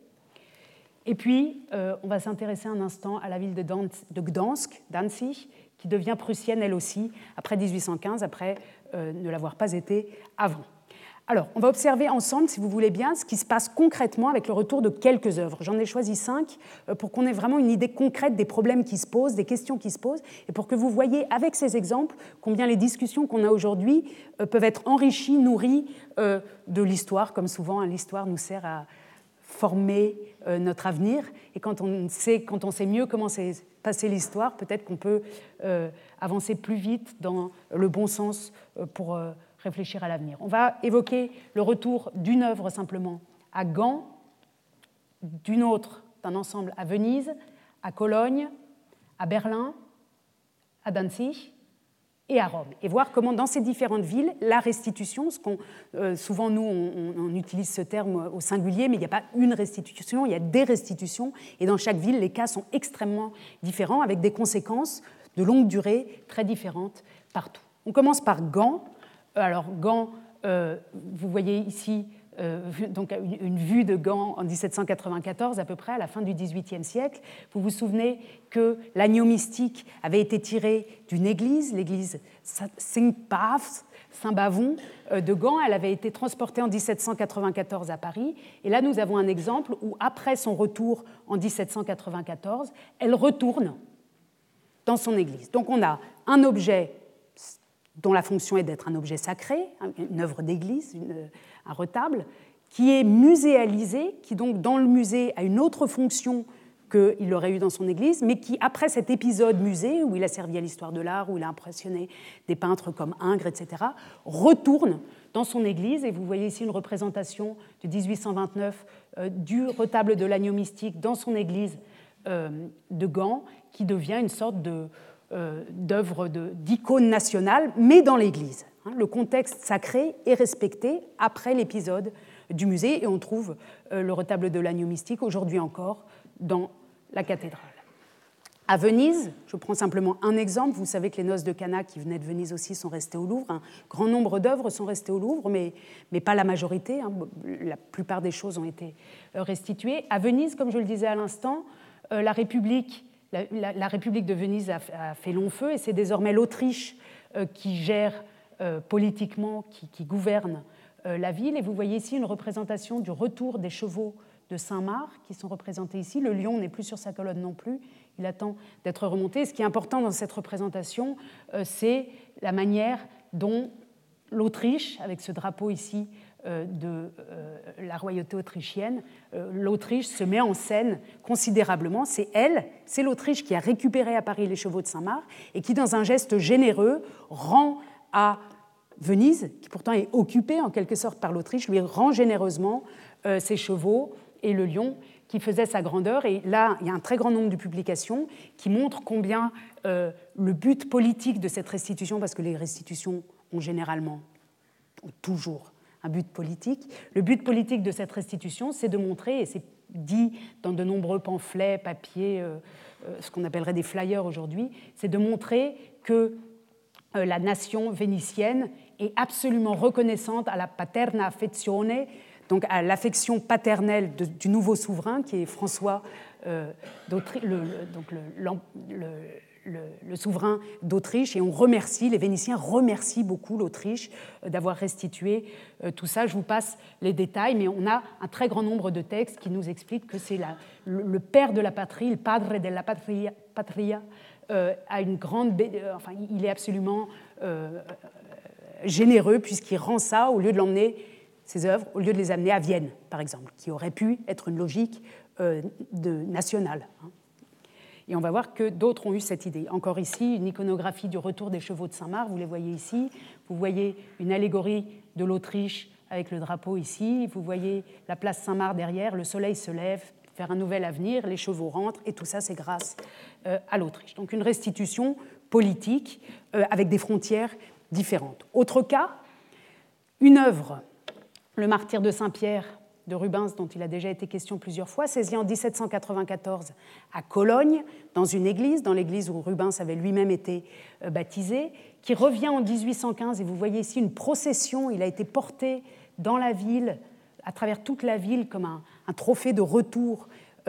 Et puis, on va s'intéresser un instant à la ville de Gdansk, Danzig, qui devient prussienne elle aussi, après 1815, après ne l'avoir pas été avant. Alors, on va observer ensemble, si vous voulez bien, ce qui se passe concrètement avec le retour de quelques œuvres. J'en ai choisi 5 pour qu'on ait vraiment une idée concrète des problèmes qui se posent, des questions qui se posent, et pour que vous voyez avec ces exemples combien les discussions qu'on a aujourd'hui peuvent être enrichies, nourries de l'histoire. Comme souvent, l'histoire nous sert à former notre avenir, et quand on sait mieux comment s'est passée l'histoire, peut-être qu'on peut avancer plus vite dans le bon sens pour réfléchir à l'avenir. On va évoquer le retour d'une œuvre simplement à Gand, d'une autre, d'un ensemble à Venise, à Cologne, à Berlin, à Danzig et à Rome, et voir comment dans ces différentes villes, la restitution, souvent nous on utilise ce terme au singulier, mais il n'y a pas une restitution, il y a des restitutions, et dans chaque ville, les cas sont extrêmement différents, avec des conséquences de longue durée très différentes partout. On commence par Gand. Alors Gand, vous voyez ici donc une vue de Gand en 1794 à peu près, à la fin du XVIIIe siècle. Vous vous souvenez que l'agneau mystique avait été tiré d'une église, l'église Saint-Bavon de Gand. Elle avait été transportée en 1794 à Paris. Et là, nous avons un exemple où, après son retour en 1794, elle retourne dans son église. Donc on a un objet dont la fonction est d'être un objet sacré, une œuvre d'église, un retable, qui est muséalisé, qui donc dans le musée a une autre fonction qu'il aurait eu dans son église, mais qui, après cet épisode musée, où il a servi à l'histoire de l'art, où il a impressionné des peintres comme Ingres, etc., retourne dans son église. Et vous voyez ici une représentation de 1829 du retable de l'agneau mystique dans son église de Gand, qui devient une sorte d'œuvre d'icône nationale, mais dans l'Église. Le contexte sacré est respecté après l'épisode du musée, et on trouve le retable de l'agneau mystique aujourd'hui encore dans la cathédrale. À Venise, je prends simplement un exemple, vous savez que les noces de Cana qui venaient de Venise aussi sont restées au Louvre, un grand nombre d'œuvres sont restées au Louvre, mais pas la majorité, la plupart des choses ont été restituées. À Venise, comme je le disais à l'instant, la République de Venise a fait long feu, et c'est désormais l'Autriche qui gère politiquement, qui gouverne la ville. Et vous voyez ici une représentation du retour des chevaux de Saint-Marc qui sont représentés ici. Le lion n'est plus sur sa colonne non plus, il attend d'être remonté. Ce qui est important dans cette représentation, c'est la manière dont l'Autriche, avec ce drapeau ici de la royauté autrichienne, l'Autriche se met en scène considérablement. C'est l'Autriche qui a récupéré à Paris les chevaux de Saint-Marc et qui, dans un geste généreux, rend à Venise, qui pourtant est occupée en quelque sorte par l'Autriche, lui rend généreusement ses chevaux et le lion qui faisait sa grandeur. Et là, il y a un très grand nombre de publications qui montrent combien le but politique de cette restitution, parce que les restitutions ont toujours un but politique, le but politique de cette restitution, c'est de montrer, et c'est dit dans de nombreux pamphlets, papiers, ce qu'on appellerait des flyers aujourd'hui, c'est de montrer que la nation vénitienne est absolument reconnaissante à la paterna affezione, donc à l'affection paternelle du nouveau souverain qui est François d'Autriche, le souverain d'Autriche, et on remercie, les Vénitiens remercient beaucoup l'Autriche d'avoir restitué tout ça. Je vous passe les détails, mais on a un très grand nombre de textes qui nous expliquent que c'est le père de la patrie, le padre della patria, a une grande... enfin, il est absolument généreux puisqu'il rend ça, au lieu de l'emmener, ses œuvres, au lieu de les amener à Vienne, par exemple, qui aurait pu être une logique nationale. Et on va voir que d'autres ont eu cette idée. Encore ici, une iconographie du retour des chevaux de Saint-Marc, vous les voyez ici. Vous voyez une allégorie de l'Autriche avec le drapeau ici. Vous voyez la place Saint-Marc derrière, le soleil se lève vers un nouvel avenir, les chevaux rentrent, et tout ça, c'est grâce à l'Autriche. Donc une restitution politique avec des frontières différentes. Autre cas, une œuvre, le martyr de Saint-Pierre, de Rubens, dont il a déjà été question plusieurs fois, saisie en 1794 à Cologne, dans une église, dans l'église où Rubens avait lui-même été baptisé, qui revient en 1815, et vous voyez ici une procession, il a été porté dans la ville, à travers toute la ville, comme un trophée de retour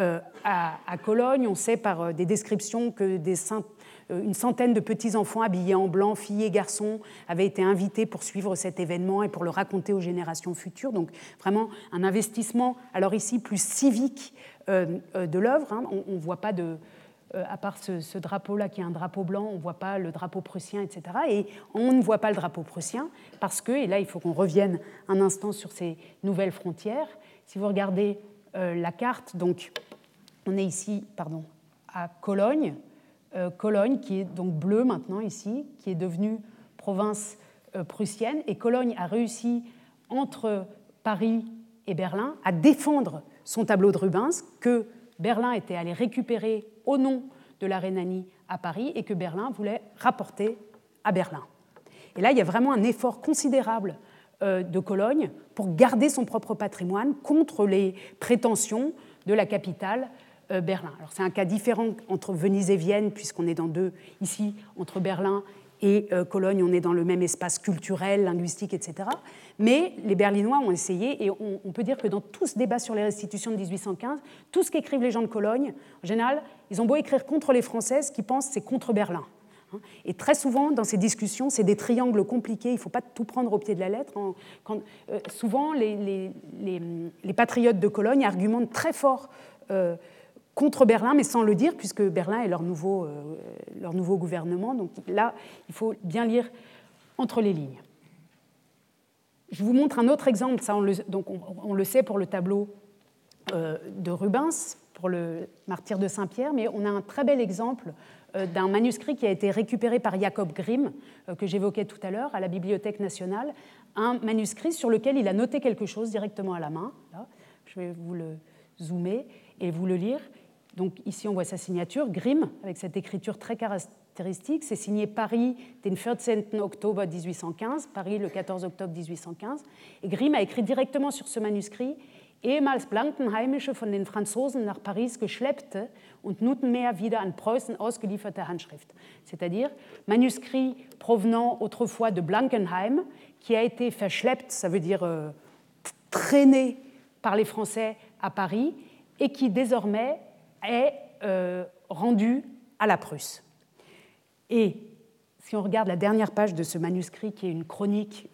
à Cologne. On sait par des descriptions que une centaine de petits-enfants habillés en blanc, filles et garçons, avaient été invités pour suivre cet événement et pour le raconter aux générations futures. Donc vraiment un investissement, alors ici, plus civique de l'œuvre. Hein. On ne voit pas à part ce drapeau-là qui est un drapeau blanc, on ne voit pas le drapeau prussien, etc. Et on ne voit pas le drapeau prussien parce que, et là il faut qu'on revienne un instant sur ces nouvelles frontières, si vous regardez la carte, donc on est ici, à Cologne, Cologne, qui est donc bleue maintenant ici, qui est devenue province prussienne. Et Cologne a réussi, entre Paris et Berlin, à défendre son tableau de Rubens, que Berlin était allé récupérer au nom de la Rhénanie à Paris et que Berlin voulait rapporter à Berlin. Et là, il y a vraiment un effort considérable de Cologne pour garder son propre patrimoine contre les prétentions de la capitale Berlin. Alors c'est un cas différent entre Venise et Vienne, puisqu'on est dans deux, ici, entre Berlin et Cologne, on est dans le même espace culturel, linguistique, etc. Mais les Berlinois ont essayé, et on peut dire que dans tout ce débat sur les restitutions de 1815, tout ce qu'écrivent les gens de Cologne, en général, ils ont beau écrire contre les Françaises, qui pensent que c'est contre Berlin. Et très souvent, dans ces discussions, c'est des triangles compliqués, il ne faut pas tout prendre au pied de la lettre. Souvent, les patriotes de Cologne argumentent très fort contre Berlin, mais sans le dire, puisque Berlin est leur nouveau gouvernement. Donc là, il faut bien lire entre les lignes. Je vous montre un autre exemple, ça on le sait pour le tableau de Rubens, pour le martyr de Saint-Pierre, mais on a un très bel exemple d'un manuscrit qui a été récupéré par Jacob Grimm, que j'évoquais tout à l'heure, à la Bibliothèque nationale, un manuscrit sur lequel il a noté quelque chose directement à la main. Là, je vais vous le zoomer et vous le lire. Donc ici, on voit sa signature, Grimm, avec cette écriture très caractéristique. C'est signé Paris, den 14. Oktober 1815, Paris le 14 octobre 1815. Et Grimm a écrit directement sur ce manuscrit « Ehemals Blankenheimische von den Franzosen nach Paris geschleppte und nunmehr wieder an Preußen ausgelieferte Handschrift », c'est-à-dire manuscrit provenant autrefois de Blankenheim, qui a été verschleppt, ça veut dire traîné par les Français à Paris, et qui désormais est rendu à la Prusse. Et si on regarde la dernière page de ce manuscrit, qui est une chronique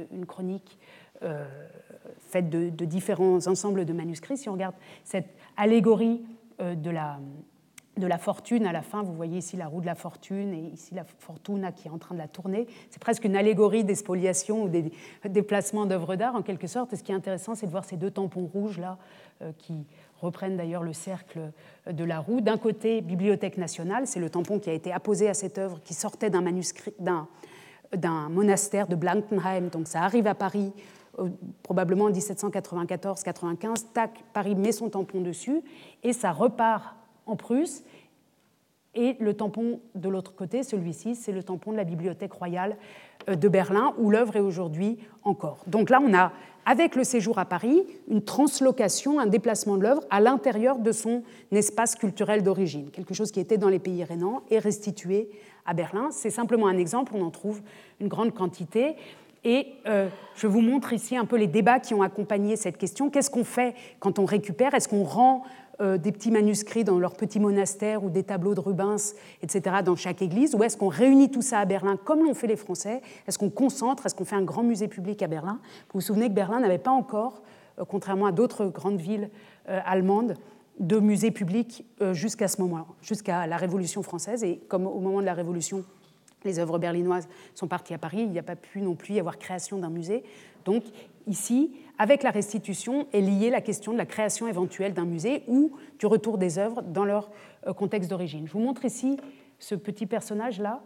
faite de différents ensembles de manuscrits, si on regarde cette allégorie de la fortune, à la fin, vous voyez ici la roue de la fortune et ici la fortuna qui est en train de la tourner. C'est presque une allégorie des spoliations ou des déplacements d'œuvres d'art, en quelque sorte. Et ce qui est intéressant, c'est de voir ces deux tampons rouges là, qui reprennent d'ailleurs le cercle de la roue. D'un côté, Bibliothèque nationale, c'est le tampon qui a été apposé à cette œuvre qui sortait d'un manuscrit, d'un monastère de Blankenheim. Donc ça arrive à Paris, probablement en 1794-95. Tac, Paris met son tampon dessus et ça repart en Prusse. Et le tampon de l'autre côté, celui-ci, c'est le tampon de la Bibliothèque royale de Berlin, où l'œuvre est aujourd'hui encore. Donc là, on a avec le séjour à Paris, une translocation, un déplacement de l'œuvre à l'intérieur de son espace culturel d'origine. Quelque chose qui était dans les pays rhénans et restitué à Berlin. C'est simplement un exemple, on en trouve une grande quantité. Et je vous montre ici un peu les débats qui ont accompagné cette question. Qu'est-ce qu'on fait quand on récupère? Est-ce qu'on rend des petits manuscrits dans leur petit monastère ou des tableaux de Rubens, etc., dans chaque église? Ou est-ce qu'on réunit tout ça à Berlin comme l'ont fait les Français? Est-ce qu'on concentre? Est-ce qu'on fait un grand musée public à Berlin? Vous vous souvenez que Berlin n'avait pas encore, contrairement à d'autres grandes villes allemandes, de musée public jusqu'à ce moment-là, jusqu'à la Révolution française. Et comme au moment de la Révolution, les œuvres berlinoises sont parties à Paris, il n'y a pas pu non plus y avoir création d'un musée. Donc ici, avec la restitution, est liée la question de la création éventuelle d'un musée ou du retour des œuvres dans leur contexte d'origine. Je vous montre ici ce petit personnage-là.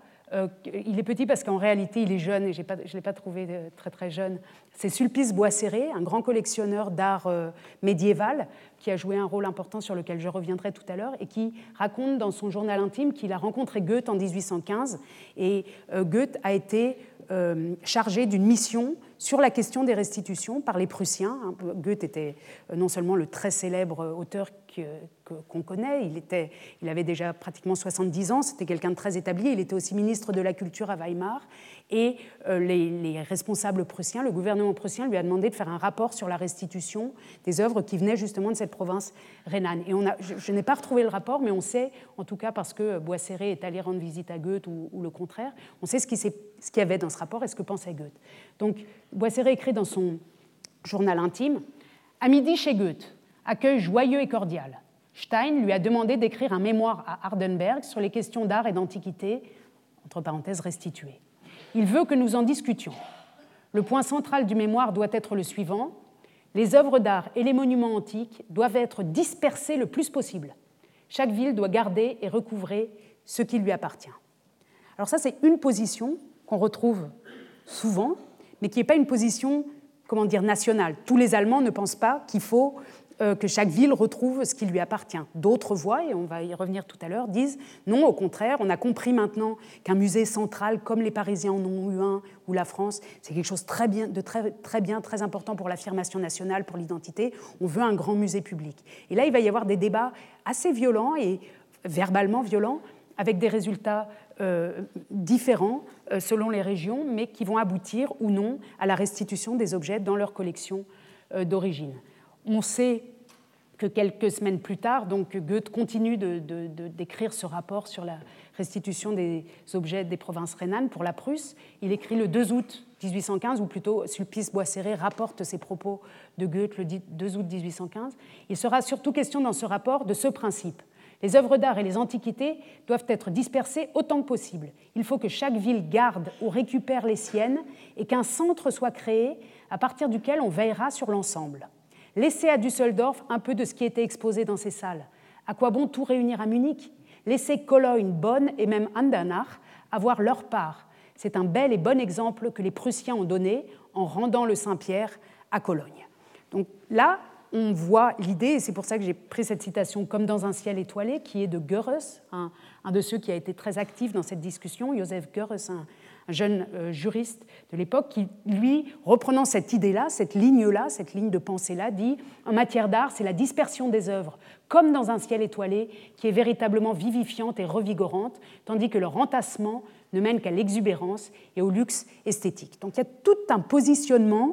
Il est petit parce qu'en réalité, il est jeune, et je ne l'ai pas trouvé très très jeune. C'est Sulpice Boisséré, un grand collectionneur d'art médiéval, qui a joué un rôle important sur lequel je reviendrai tout à l'heure, et qui raconte dans son journal intime qu'il a rencontré Goethe en 1815, et Goethe a été chargé d'une mission sur la question des restitutions par les Prussiens. Goethe était non seulement le très célèbre auteur qu'on connaît, il avait déjà pratiquement 70 ans, c'était quelqu'un de très établi, il était aussi ministre de la Culture à Weimar, et les responsables prussiens, le gouvernement prussien lui a demandé de faire un rapport sur la restitution des œuvres qui venaient justement de cette province rhénane. Et je n'ai pas retrouvé le rapport, mais on sait, en tout cas parce que Boisséré est allé rendre visite à Goethe ou le contraire, on sait ce qu'il y avait dans ce rapport et ce que pensait Goethe. Donc Boisséré écrit dans son journal intime « À midi chez Goethe, accueil joyeux et cordial. Stein lui a demandé d'écrire un mémoire à Hardenberg sur les questions d'art et d'antiquité, entre parenthèses restituées. Il veut que nous en discutions. Le point central du mémoire doit être le suivant. Les œuvres d'art et les monuments antiques doivent être dispersés le plus possible. Chaque ville doit garder et recouvrer ce qui lui appartient. » Alors ça, c'est une position qu'on retrouve souvent, mais qui n'est pas une position, nationale. Tous les Allemands ne pensent pas qu'il faut que chaque ville retrouve ce qui lui appartient. D'autres voix, et on va y revenir tout à l'heure, disent non, au contraire, on a compris maintenant qu'un musée central, comme les Parisiens en ont eu un, ou la France, c'est quelque chose très important pour l'affirmation nationale, pour l'identité. On veut un grand musée public. Et là, il va y avoir des débats assez violents et verbalement violents, avec des résultats différents selon les régions, mais qui vont aboutir ou non à la restitution des objets dans leur collection d'origine. On sait que quelques semaines plus tard, donc Goethe continue d'écrire ce rapport sur la restitution des objets des provinces rhénanes pour la Prusse. Il écrit le 2 août 1815, ou plutôt Sulpice Boisséré rapporte ses propos de Goethe le 2 août 1815. Il sera surtout question dans ce rapport de ce principe. Les œuvres d'art et les antiquités doivent être dispersées autant que possible. Il faut que chaque ville garde ou récupère les siennes et qu'un centre soit créé à partir duquel on veillera sur l'ensemble. Laissez à Düsseldorf un peu de ce qui était exposé dans ces salles. À quoi bon tout réunir à Munich? Laissez Cologne, Bonn et même Andernach avoir leur part. C'est un bel et bon exemple que les Prussiens ont donné en rendant le Saint-Pierre à Cologne. Donc là, on voit l'idée, et c'est pour ça que j'ai pris cette citation comme dans un ciel étoilé, qui est de Görres, un de ceux qui a été très actif dans cette discussion, Joseph Görres, un jeune juriste de l'époque, qui, lui, reprenant cette idée-là, cette ligne de pensée-là, dit « En matière d'art, c'est la dispersion des œuvres, comme dans un ciel étoilé, qui est véritablement vivifiante et revigorante, tandis que leur entassement ne mène qu'à l'exubérance et au luxe esthétique. » Donc il y a tout un positionnement,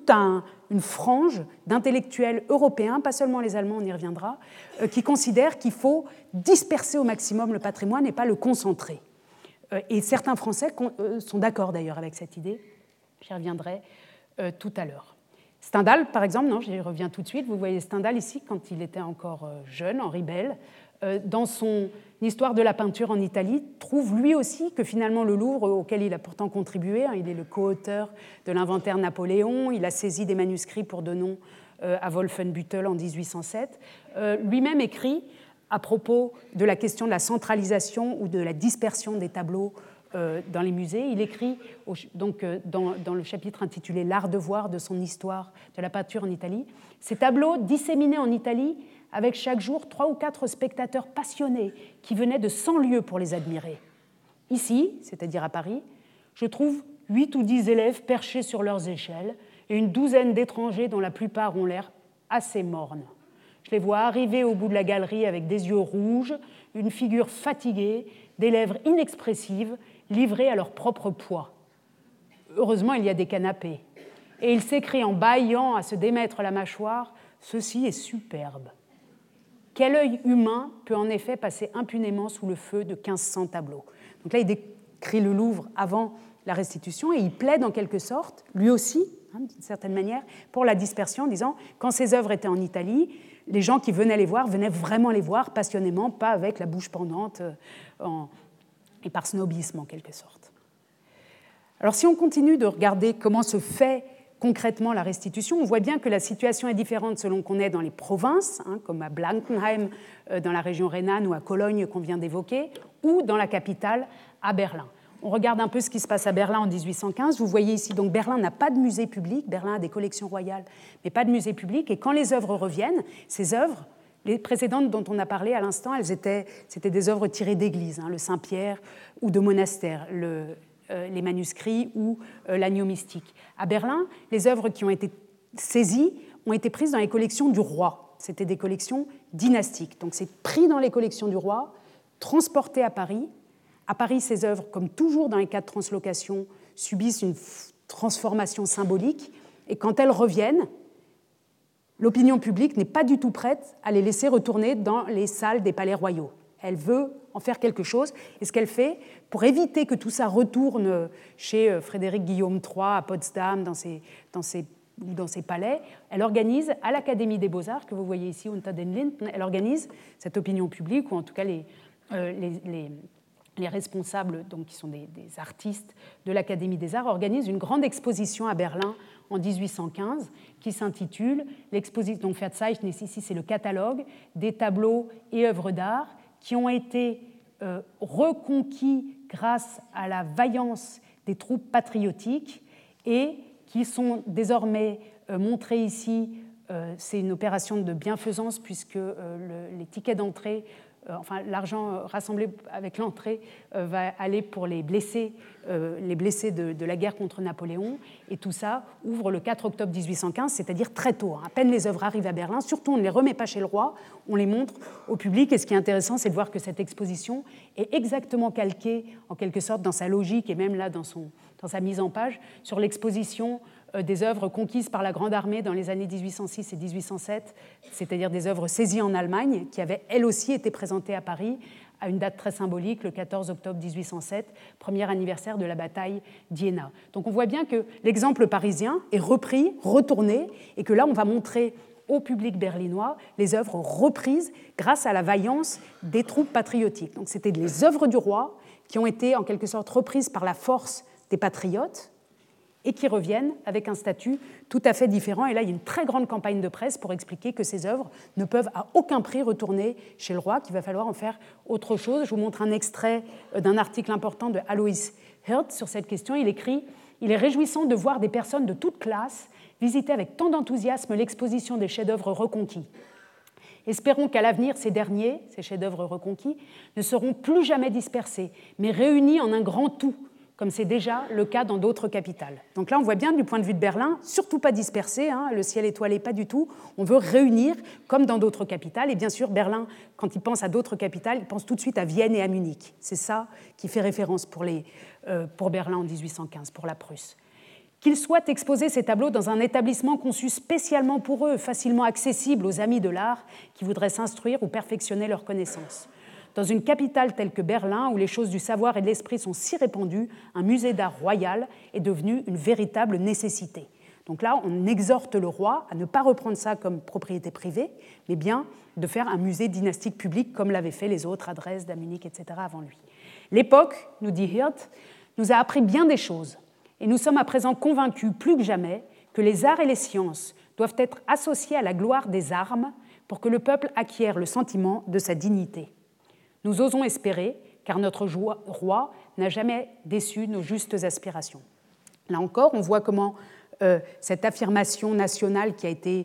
une frange d'intellectuels européens, pas seulement les Allemands, on y reviendra, qui considèrent qu'il faut disperser au maximum le patrimoine et pas le concentrer. Et certains Français sont d'accord d'ailleurs avec cette idée, j'y reviendrai tout à l'heure. Stendhal, par exemple, j'y reviens tout de suite, vous voyez Stendhal ici quand il était encore jeune, Henri Bell, dans son Histoire de la peinture en Italie, trouve lui aussi que finalement le Louvre, auquel il a pourtant contribué, il est le co-auteur de l'inventaire Napoléon, il a saisi des manuscrits pour de nom à Wolfenbüttel en 1807, lui-même écrit à propos de la question de la centralisation ou de la dispersion des tableaux dans les musées. Il écrit donc, dans le chapitre intitulé « L'art de voir » de son Histoire de la peinture en Italie, « Ces tableaux disséminés en Italie avec chaque jour 3 ou 4 spectateurs passionnés qui venaient de 100 lieues pour les admirer. Ici, c'est-à-dire à Paris, je trouve 8 ou 10 élèves perchés sur leurs échelles, et une douzaine d'étrangers dont la plupart ont l'air assez mornes. Je les vois arriver au bout de la galerie avec des yeux rouges, une figure fatiguée, des lèvres inexpressives, livrées à leur propre poids. Heureusement, il y a des canapés. Et ils s'écrient en bâillant à se démettre la mâchoire « Ceci est superbe ». Quel œil humain peut en effet passer impunément sous le feu de 1500 tableaux? Donc là, il décrit le Louvre avant la restitution et il plaide en quelque sorte, lui aussi, d'une certaine manière, pour la dispersion en disant « Quand ces œuvres étaient en Italie, les gens qui venaient les voir venaient vraiment les voir passionnément, pas avec la bouche pendante et par snobisme en quelque sorte. » Alors si on continue de regarder comment se fait concrètement la restitution, on voit bien que la situation est différente selon qu'on est dans les provinces, comme à Blankenheim dans la région rhénane ou à Cologne qu'on vient d'évoquer, ou dans la capitale, à Berlin. On regarde un peu ce qui se passe à Berlin en 1815. Vous voyez ici, donc Berlin n'a pas de musée public, Berlin a des collections royales, mais pas de musée public. Et quand les œuvres reviennent, ces œuvres, les précédentes dont on a parlé à l'instant, c'était des œuvres tirées d'églises, le Saint-Pierre, ou de monastères, les manuscrits ou l'agneau mystique. À Berlin, les œuvres qui ont été saisies ont été prises dans les collections du roi. C'était des collections dynastiques. Donc c'est pris dans les collections du roi, transporté à Paris. À Paris, ces œuvres, comme toujours dans les cas de translocation, subissent une transformation symbolique. Et quand elles reviennent, l'opinion publique n'est pas du tout prête à les laisser retourner dans les salles des palais royaux. Elle veut en faire quelque chose. Et ce qu'elle fait, pour éviter que tout ça retourne chez Frédéric Guillaume III à Potsdam, dans ses palais, elle organise à l'Académie des Beaux-Arts, que vous voyez ici, Unter den Linden, elle organise cette opinion publique, ou en tout cas les responsables, donc, qui sont des artistes de l'Académie des Arts, organisent une grande exposition à Berlin en 1815 qui s'intitule l'exposition, donc Verzeichnis, ici c'est le catalogue des tableaux et œuvres d'art qui ont été reconquis grâce à la vaillance des troupes patriotiques et qui sont désormais montrés ici. C'est une opération de bienfaisance puisque les tickets d'entrée, l'argent rassemblé avec l'entrée va aller pour les blessés de la guerre contre Napoléon. Et tout ça ouvre le 4 octobre 1815, c'est-à-dire très tôt. À peine les œuvres arrivent à Berlin, surtout on ne les remet pas chez le roi, on les montre au public. Et ce qui est intéressant, c'est de voir que cette exposition est exactement calquée, en quelque sorte, dans sa logique et même là dans sa mise en page, sur l'exposition des œuvres conquises par la Grande Armée dans les années 1806 et 1807, c'est-à-dire des œuvres saisies en Allemagne, qui avaient elles aussi été présentées à Paris à une date très symbolique, le 14 octobre 1807, premier anniversaire de la bataille d'Iéna. Donc on voit bien que l'exemple parisien est repris, retourné, et que là on va montrer au public berlinois les œuvres reprises grâce à la vaillance des troupes patriotiques. Donc c'était les œuvres du roi qui ont été en quelque sorte reprises par la force des patriotes, et qui reviennent avec un statut tout à fait différent. Et là, il y a une très grande campagne de presse pour expliquer que ces œuvres ne peuvent à aucun prix retourner chez le roi, qu'il va falloir en faire autre chose. Je vous montre un extrait d'un article important de Alois Hirt sur cette question. Il écrit « Il est réjouissant de voir des personnes de toute classe visiter avec tant d'enthousiasme l'exposition des chefs-d'œuvre reconquis. Espérons qu'à l'avenir, ces derniers, ces chefs-d'œuvre reconquis, ne seront plus jamais dispersés, mais réunis en un grand tout, comme c'est déjà le cas dans d'autres capitales. » Donc là, on voit bien du point de vue de Berlin, surtout pas dispersé, le ciel étoilé, pas du tout. On veut réunir, comme dans d'autres capitales. Et bien sûr, Berlin, quand il pense à d'autres capitales, il pense tout de suite à Vienne et à Munich. C'est ça qui fait référence pour Berlin en 1815, pour la Prusse. Qu'ils soient exposés, ces tableaux, dans un établissement conçu spécialement pour eux, facilement accessible aux amis de l'art qui voudraient s'instruire ou perfectionner leurs connaissances. Dans une capitale telle que Berlin, où les choses du savoir et de l'esprit sont si répandues, un musée d'art royal est devenu une véritable nécessité. Donc là, on exhorte le roi à ne pas reprendre ça comme propriété privée, mais bien de faire un musée dynastique public comme l'avaient fait les autres à Dresde, à Munich, etc. avant lui. L'époque, nous dit Hirt, nous a appris bien des choses, et nous sommes à présent convaincus plus que jamais que les arts et les sciences doivent être associés à la gloire des armes pour que le peuple acquiert le sentiment de sa dignité. Nous osons espérer, car notre roi n'a jamais déçu nos justes aspirations. Là encore, on voit comment cette affirmation nationale qui a été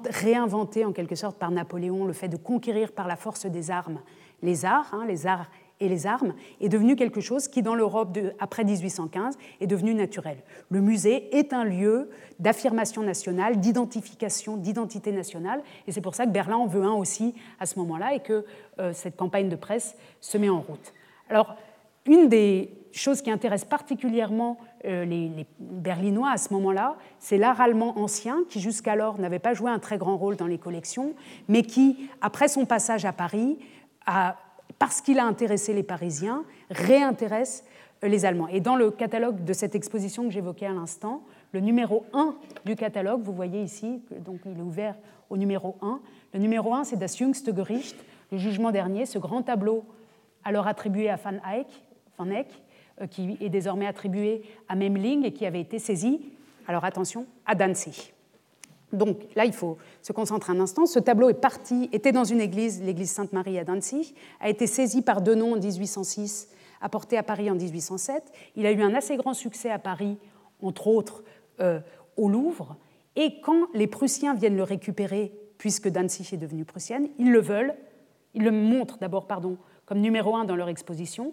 réinventée en quelque sorte par Napoléon, le fait de conquérir par la force des armes les arts et les armes est devenu quelque chose qui, dans l'Europe après 1815, est devenu naturel. Le musée est un lieu d'affirmation nationale, d'identification, d'identité nationale, et c'est pour ça que Berlin en veut un aussi à ce moment-là et que cette campagne de presse se met en route. Alors, une des choses qui intéresse particulièrement les Berlinois à ce moment-là, c'est l'art allemand ancien qui jusqu'alors n'avait pas joué un très grand rôle dans les collections, mais qui, après son passage à Paris, parce qu'il a intéressé les Parisiens, réintéresse les Allemands. Et dans le catalogue de cette exposition que j'évoquais à l'instant, le numéro 1 du catalogue, vous voyez ici, donc il est ouvert au numéro 1. Le numéro 1, c'est Das jüngste Gericht, le jugement dernier, ce grand tableau alors attribué à Van Eyck, qui est désormais attribué à Memling et qui avait été saisi, alors attention, à Danzig. Donc là, il faut se concentrer un instant. Ce tableau était dans une église, l'église Sainte-Marie à Danzig, a été saisi par Denon en 1806, apporté à Paris en 1807. Il a eu un assez grand succès à Paris, entre autres au Louvre. Et quand les Prussiens viennent le récupérer, puisque Danzig est devenue prussienne, ils le veulent. Ils le montrent d'abord, comme numéro 1 dans leur exposition,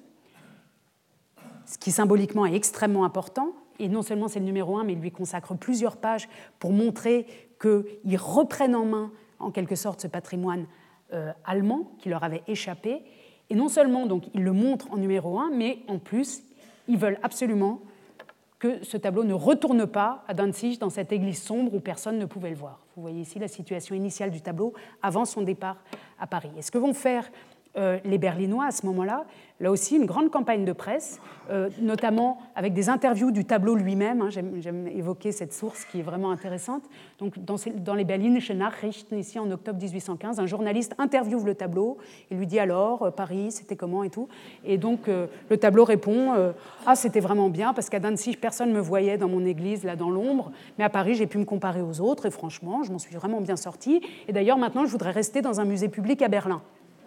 ce qui symboliquement est extrêmement important. Et non seulement c'est le numéro 1, mais il lui consacre plusieurs pages pour montrer qu'ils reprennent en main, en quelque sorte, ce patrimoine allemand qui leur avait échappé. Et non seulement donc, ils le montrent en numéro 1, mais en plus, ils veulent absolument que ce tableau ne retourne pas à Danzig, dans cette église sombre où personne ne pouvait le voir. Vous voyez ici la situation initiale du tableau avant son départ à Paris. Et ce que vont faire les Berlinois à ce moment-là, là aussi une grande campagne de presse, notamment avec des interviews du tableau lui-même. J'aime évoquer cette source qui est vraiment intéressante. Donc, dans les Berlinische Nachrichten, ici en octobre 1815, un journaliste interviewe le tableau et lui dit alors, Paris, c'était comment et tout. Et donc, le tableau répond c'était vraiment bien, parce qu'à Danzig, personne ne me voyait dans mon église, là, dans l'ombre, mais à Paris, j'ai pu me comparer aux autres, et franchement, je m'en suis vraiment bien sortie. Et d'ailleurs, maintenant, je voudrais rester dans un musée public à Berlin.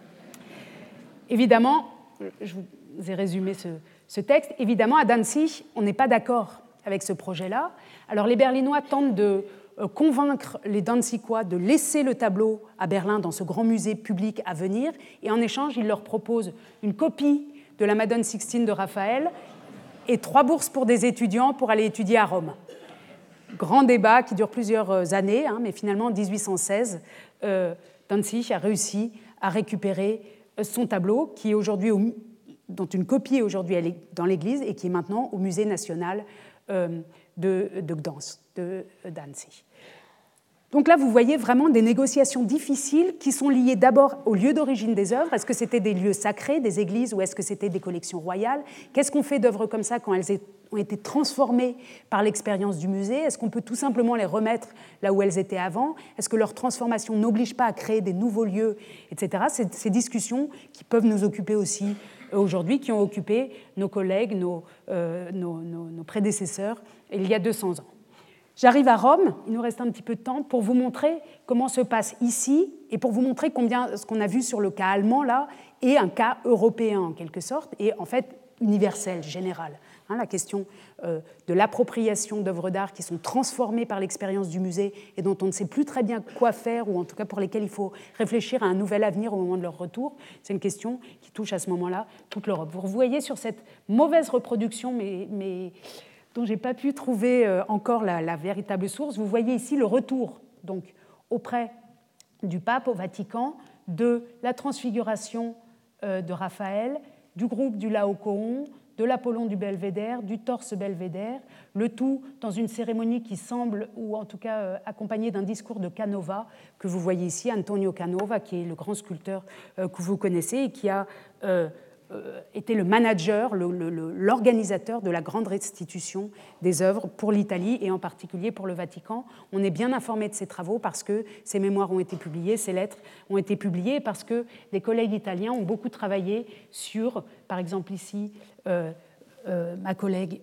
Évidemment, je vous ai résumé ce texte, évidemment, à Danzig, on n'est pas d'accord avec ce projet-là. Alors les Berlinois tentent de convaincre les Danzigois de laisser le tableau à Berlin dans ce grand musée public à venir, et en échange, ils leur proposent une copie de la Madone Sixtine de Raphaël et 3 bourses pour des étudiants pour aller étudier à Rome. Grand débat qui dure plusieurs années, mais finalement, en 1816, Danzig a réussi à récupérer son tableau, qui est aujourd'hui dont une copie est aujourd'hui dans l'église et qui est maintenant au musée national de Gdansk, de Danzig. Donc là, vous voyez vraiment des négociations difficiles qui sont liées d'abord au lieu d'origine des œuvres. Est-ce que c'était des lieux sacrés, des églises, ou est-ce que c'était des collections royales ? Qu'est-ce qu'on fait d'œuvres comme ça quand elles ont été transformées par l'expérience du musée ? Est-ce qu'on peut tout simplement les remettre là où elles étaient avant ? Est-ce que leur transformation n'oblige pas à créer des nouveaux lieux, etc. C'est ces discussions qui peuvent nous occuper aussi aujourd'hui, qui ont occupé nos collègues, nos prédécesseurs il y a 200 ans. J'arrive à Rome, il nous reste un petit peu de temps, pour vous montrer comment se passe ici et pour vous montrer combien ce qu'on a vu sur le cas allemand là est un cas européen en quelque sorte et en fait universel, général. La question de l'appropriation d'œuvres d'art qui sont transformées par l'expérience du musée et dont on ne sait plus très bien quoi faire, ou en tout cas pour lesquelles il faut réfléchir à un nouvel avenir au moment de leur retour, c'est une question qui touche à ce moment-là toute l'Europe. Vous voyez sur cette mauvaise reproduction, mais dont je n'ai pas pu trouver encore la véritable source, vous voyez ici le retour donc, auprès du pape au Vatican de la transfiguration de Raphaël, du groupe du Laocoon, de l'Apollon du Belvédère, du torse Belvédère, le tout dans une cérémonie qui semble, ou en tout cas accompagnée d'un discours de Canova, que vous voyez ici, Antonio Canova, qui est le grand sculpteur que vous connaissez et qui a était le manager, l'organisateur de la grande restitution des œuvres pour l'Italie et en particulier pour le Vatican. On est bien informé de ces travaux parce que ces mémoires ont été publiées, ces lettres ont été publiées, parce que des collègues italiens ont beaucoup travaillé sur, par exemple ici, ma collègue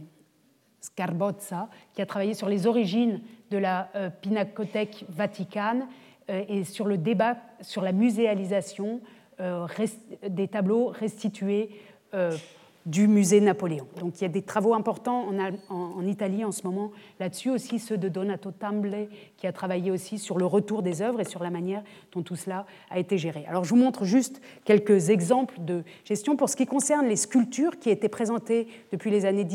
Scarbozza, qui a travaillé sur les origines de la Pinacothèque Vaticane et sur le débat sur la muséalisation des tableaux restitués du musée Napoléon. Donc il y a des travaux importants en Italie en ce moment là-dessus, aussi ceux de Donato Tamble, qui a travaillé aussi sur le retour des œuvres et sur la manière dont tout cela a été géré. Alors je vous montre juste quelques exemples de gestion pour ce qui concerne les sculptures qui étaient présentées depuis les années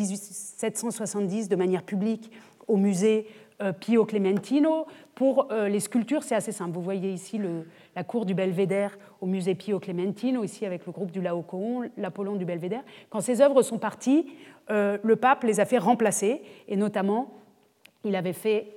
1770 de manière publique au musée Pio Clementino. Pour les sculptures, c'est assez simple. Vous voyez ici la cour du Belvédère au musée Pio Clementino, ici avec le groupe du Laocoon, l'Apollon du Belvédère. Quand ces œuvres sont parties, le pape les a fait remplacer, et notamment, il avait fait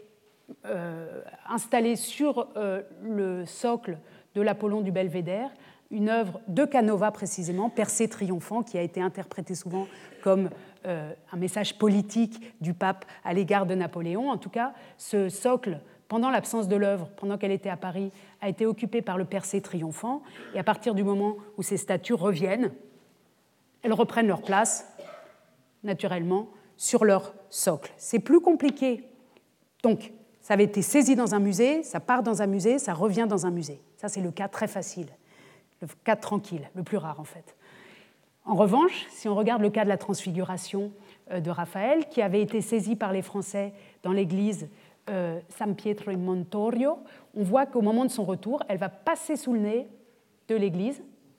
installer sur le socle de l'Apollon du Belvédère une œuvre de Canova précisément, Persée triomphant, qui a été interprétée souvent comme un message politique du pape à l'égard de Napoléon. En tout cas, ce socle, pendant l'absence de l'œuvre, pendant qu'elle était à Paris, a été occupé par le Persée triomphant, et à partir du moment où ces statues reviennent, elles reprennent leur place, naturellement, sur leur socle. C'est plus compliqué. Donc, ça avait été saisi dans un musée, ça part dans un musée, ça revient dans un musée. Ça, c'est le cas très facile, le cas tranquille, le plus rare en fait. En revanche, si on regarde le cas de la transfiguration de Raphaël, qui avait été saisie par les Français dans l'église San Pietro in Montorio, on voit qu'au moment de son retour, elle va passer sous le nez de l'église,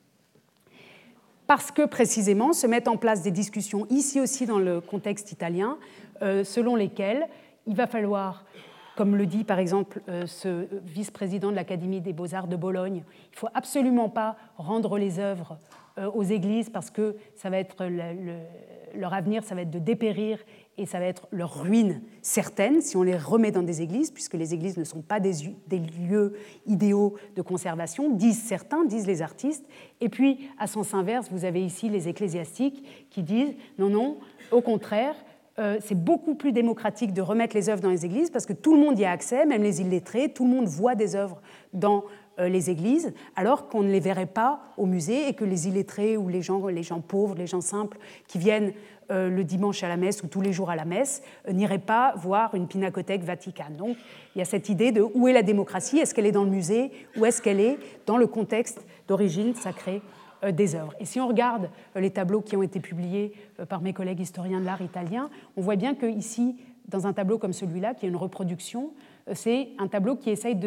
parce que précisément se mettent en place des discussions, ici aussi dans le contexte italien, selon lesquelles il va falloir, comme le dit par exemple ce vice-président de l'Académie des Beaux-Arts de Bologne, il ne faut absolument pas rendre les œuvres aux églises parce que ça va être leur avenir, ça va être de dépérir et ça va être leur ruine certaine si on les remet dans des églises, puisque les églises ne sont pas des lieux idéaux de conservation, disent certains, disent les artistes. Et puis, à sens inverse, vous avez ici les ecclésiastiques qui disent non, non, au contraire, c'est beaucoup plus démocratique de remettre les œuvres dans les églises parce que tout le monde y a accès, même les illettrés, tout le monde voit des œuvres dans les églises, alors qu'on ne les verrait pas au musée et que les illettrés ou les gens pauvres, les gens simples qui viennent le dimanche à la messe ou tous les jours à la messe n'iraient pas voir une pinacothèque vaticane. Donc il y a cette idée de où est la démocratie, est-ce qu'elle est dans le musée ou est-ce qu'elle est dans le contexte d'origine sacrée des œuvres. Et si on regarde les tableaux qui ont été publiés par mes collègues historiens de l'art italiens, on voit bien qu'ici, dans un tableau comme celui-là, qui est une reproduction, c'est un tableau qui essaye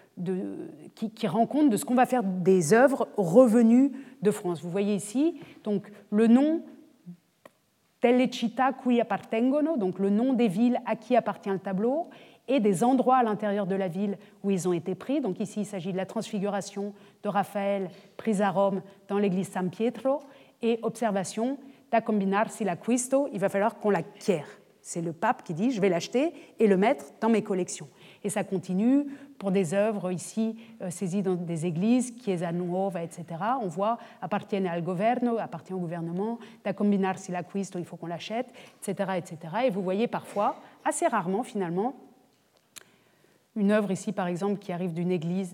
qui rend compte de ce qu'on va faire des œuvres revenues de France. Vous voyez ici donc, le nom delle città cui appartengono, donc le nom des villes à qui appartient le tableau, et des endroits à l'intérieur de la ville où ils ont été pris. Donc ici, il s'agit de la transfiguration de Raphaël prise à Rome dans l'église San Pietro, et observation, da combinarsi l'acquisto, il va falloir qu'on l'acquiert. C'est le pape qui dit, je vais l'acheter et le mettre dans mes collections. Et ça continue pour des œuvres ici saisies dans des églises, Chiesa Nuova, etc. On voit appartiene al governo, appartient au gouvernement, da combinarsi l'acquisto, il faut qu'on l'achète, etc., etc. Et vous voyez parfois, assez rarement finalement, une œuvre ici par exemple qui arrive d'une église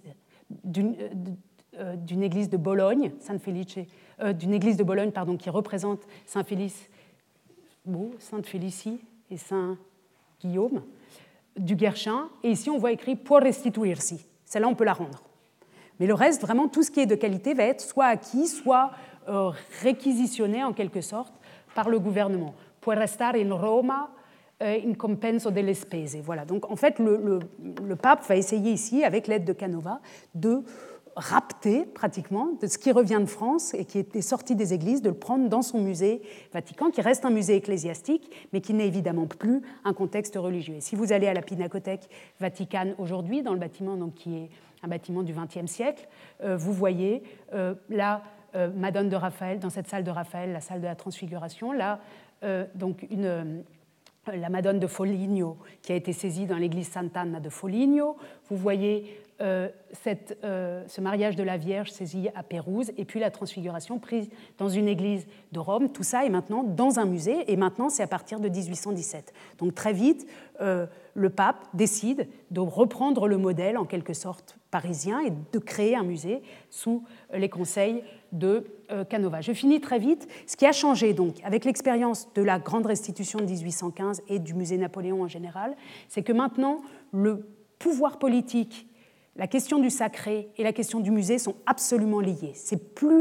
de Bologne, San Felice, d'une église de Bologne pardon, qui représente Saint Félice, Sainte Félicie et Saint Guillaume, du Guerchin, et ici on voit écrit « pour restituirsi ». Celle-là, on peut la rendre. Mais le reste, vraiment, tout ce qui est de qualité va être soit acquis, soit réquisitionné en quelque sorte par le gouvernement. « Può restare in Roma in compenso delle spese ». Voilà. Donc, en fait, le pape va essayer ici, avec l'aide de Canova, de rapter pratiquement de ce qui revient de France et qui était sorti des églises, de le prendre dans son musée Vatican, qui reste un musée ecclésiastique, mais qui n'est évidemment plus un contexte religieux. Et si vous allez à la Pinacothèque Vaticane aujourd'hui, dans le bâtiment donc, qui est un bâtiment du XXe siècle, vous voyez là Madone de Raphaël, dans cette salle de Raphaël, la salle de la Transfiguration, là donc la Madone de Foligno qui a été saisie dans l'église Sant'Anna de Foligno. Vous voyez ce mariage de la Vierge saisi à Pérouse, et puis la transfiguration prise dans une église de Rome. Tout ça est maintenant dans un musée, et maintenant c'est à partir de 1817. Donc très vite, le pape décide de reprendre le modèle en quelque sorte parisien et de créer un musée sous les conseils de Canova. Je finis très vite. Ce qui a changé donc avec l'expérience de la grande restitution de 1815 et du musée Napoléon en général, c'est que maintenant le pouvoir politique, la question du sacré et la question du musée sont absolument liées.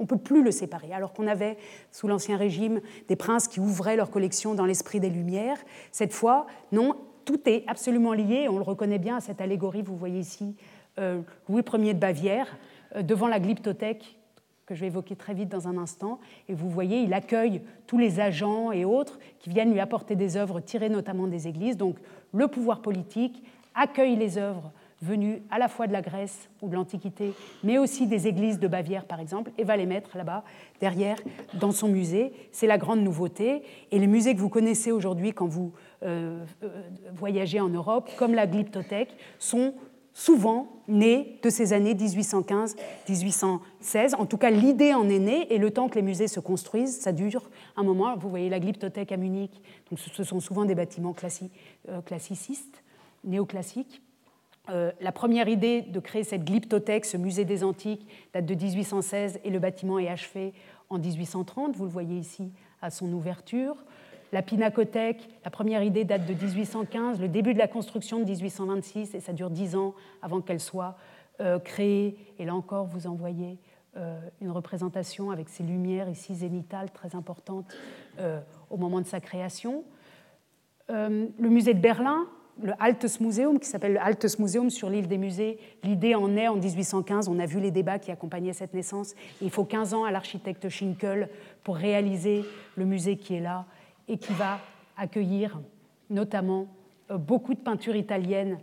On ne peut plus le séparer. Alors qu'on avait, sous l'Ancien Régime, des princes qui ouvraient leur collection dans l'esprit des Lumières, cette fois, non, tout est absolument lié. On le reconnaît bien à cette allégorie, vous voyez ici, Louis Ier de Bavière, devant la glyptothèque, que je vais évoquer très vite dans un instant. Et vous voyez, il accueille tous les agents et autres qui viennent lui apporter des œuvres tirées notamment des églises. Donc le pouvoir politique accueille les œuvres venues à la fois de la Grèce ou de l'Antiquité, mais aussi des églises de Bavière, par exemple, et va les mettre là-bas, derrière, dans son musée. C'est la grande nouveauté. Et les musées que vous connaissez aujourd'hui quand vous voyagez en Europe, comme la Glyptothèque, sont souvent nés de ces années 1815-1816. En tout cas, l'idée en est née, et le temps que les musées se construisent, ça dure un moment. Vous voyez la Glyptothèque à Munich, donc ce sont souvent des bâtiments classicistes, néoclassiques. La première idée de créer cette glyptothèque, ce musée des antiques, date de 1816 et le bâtiment est achevé en 1830. Vous le voyez ici à son ouverture. La pinacothèque, la première idée date de 1815, le début de la construction de 1826 et ça dure 10 ans avant qu'elle soit créée. Et là encore, vous en voyez une représentation avec ces lumières ici zénithales très importantes au moment de sa création. Le musée de Berlin, le Altes Museum, qui s'appelle le Altes Museum sur l'île des musées. L'idée en est en 1815, on a vu les débats qui accompagnaient cette naissance. Et il faut 15 ans à l'architecte Schinkel pour réaliser le musée qui est là et qui va accueillir notamment beaucoup de peintures italiennes,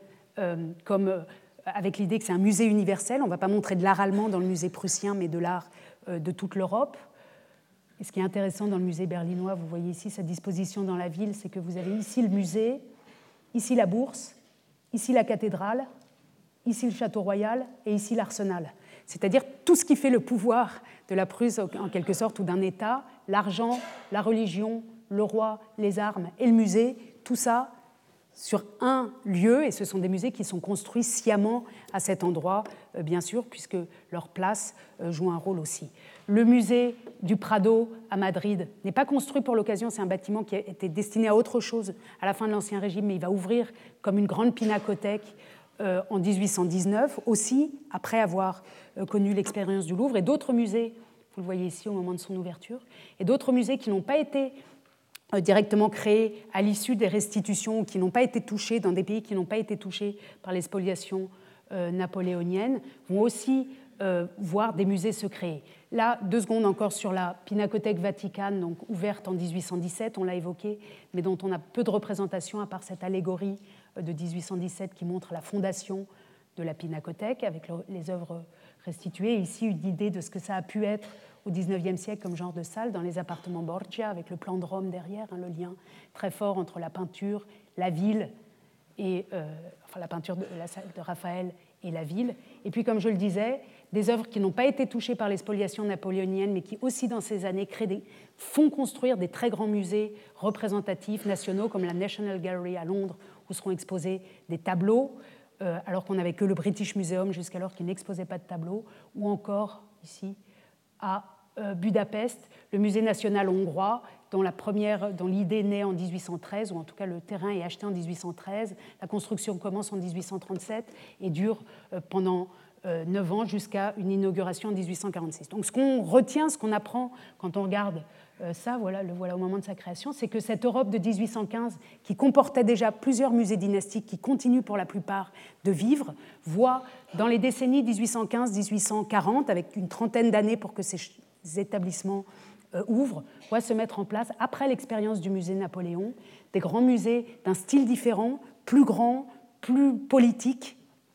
avec l'idée que c'est un musée universel. On ne va pas montrer de l'art allemand dans le musée prussien, mais de l'art de toute l'Europe. Et ce qui est intéressant dans le musée berlinois, vous voyez ici sa disposition dans la ville, c'est que vous avez ici le musée, ici la bourse, ici la cathédrale, ici le château royal et ici l'arsenal. C'est-à-dire tout ce qui fait le pouvoir de la Prusse, en quelque sorte, ou d'un État, l'argent, la religion, le roi, les armes et le musée, tout ça sur un lieu, et ce sont des musées qui sont construits sciemment à cet endroit, bien sûr, puisque leur place joue un rôle aussi. Le musée du Prado à Madrid n'est pas construit pour l'occasion, c'est un bâtiment qui a été destiné à autre chose à la fin de l'Ancien Régime, mais il va ouvrir comme une grande pinacothèque en 1819, aussi après avoir connu l'expérience du Louvre, et d'autres musées, vous le voyez ici au moment de son ouverture, et d'autres musées qui n'ont pas été directement créés à l'issue des restitutions, qui n'ont pas été touchés dans des pays qui n'ont pas été touchés par les spoliations napoléoniennes, vont aussi voir des musées se créer. Là, 2 secondes encore sur la Pinacothèque Vaticane, donc ouverte en 1817, on l'a évoqué, mais dont on a peu de représentation à part cette allégorie de 1817 qui montre la fondation de la Pinacothèque avec les œuvres restituées. Ici, une idée de ce que ça a pu être au XIXe siècle comme genre de salle dans les appartements Borgia, avec le plan de Rome derrière, le lien très fort entre la peinture, la ville, et la peinture de Raphaël et la ville. Et puis, comme je le disais, des œuvres qui n'ont pas été touchées par les spoliations napoléoniennes, mais qui aussi dans ces années font construire des très grands musées représentatifs nationaux, comme la National Gallery à Londres, où seront exposés des tableaux, alors qu'on n'avait que le British Museum jusqu'alors qui n'exposait pas de tableaux, ou encore ici à Budapest, le musée national hongrois, dont l'idée naît en 1813, ou en tout cas le terrain est acheté en 1813. La construction commence en 1837 et dure pendant 9 ans jusqu'à une inauguration en 1846. Donc ce qu'on retient, ce qu'on apprend quand on regarde ça, le voilà au moment de sa création, c'est que cette Europe de 1815, qui comportait déjà plusieurs musées dynastiques qui continuent pour la plupart de vivre, voit dans les décennies 1815-1840, avec une trentaine d'années pour que ces établissements ouvrent, voit se mettre en place, après l'expérience du musée Napoléon, des grands musées d'un style différent, plus grand, plus politique,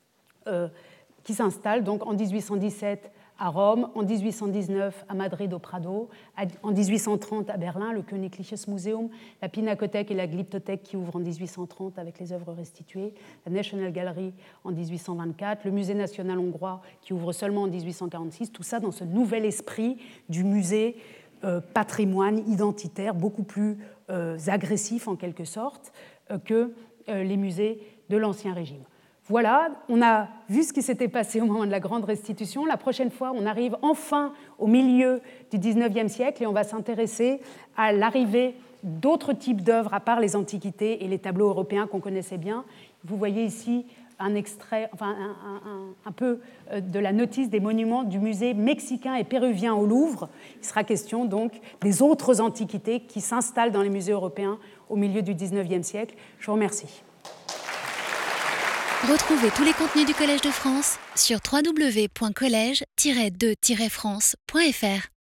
qui s'installent donc en 1817 à Rome, en 1819 à Madrid au Prado, en 1830 à Berlin, le Königliches Museum, la Pinacothèque et la Glyptothèque qui ouvrent en 1830 avec les œuvres restituées, la National Gallery en 1824, le Musée national hongrois qui ouvre seulement en 1846, tout ça dans ce nouvel esprit du musée patrimoine identitaire, beaucoup plus agressif en quelque sorte que les musées de l'Ancien Régime. Voilà, on a vu ce qui s'était passé au moment de la grande restitution. La prochaine fois, on arrive enfin au milieu du XIXe siècle et on va s'intéresser à l'arrivée d'autres types d'œuvres à part les antiquités et les tableaux européens qu'on connaissait bien. Vous voyez ici un extrait, un peu de la notice des monuments du musée mexicain et péruvien au Louvre. Il sera question donc des autres antiquités qui s'installent dans les musées européens au milieu du XIXe siècle. Je vous remercie. Retrouvez tous les contenus du Collège de France sur www.collège-2-france.fr.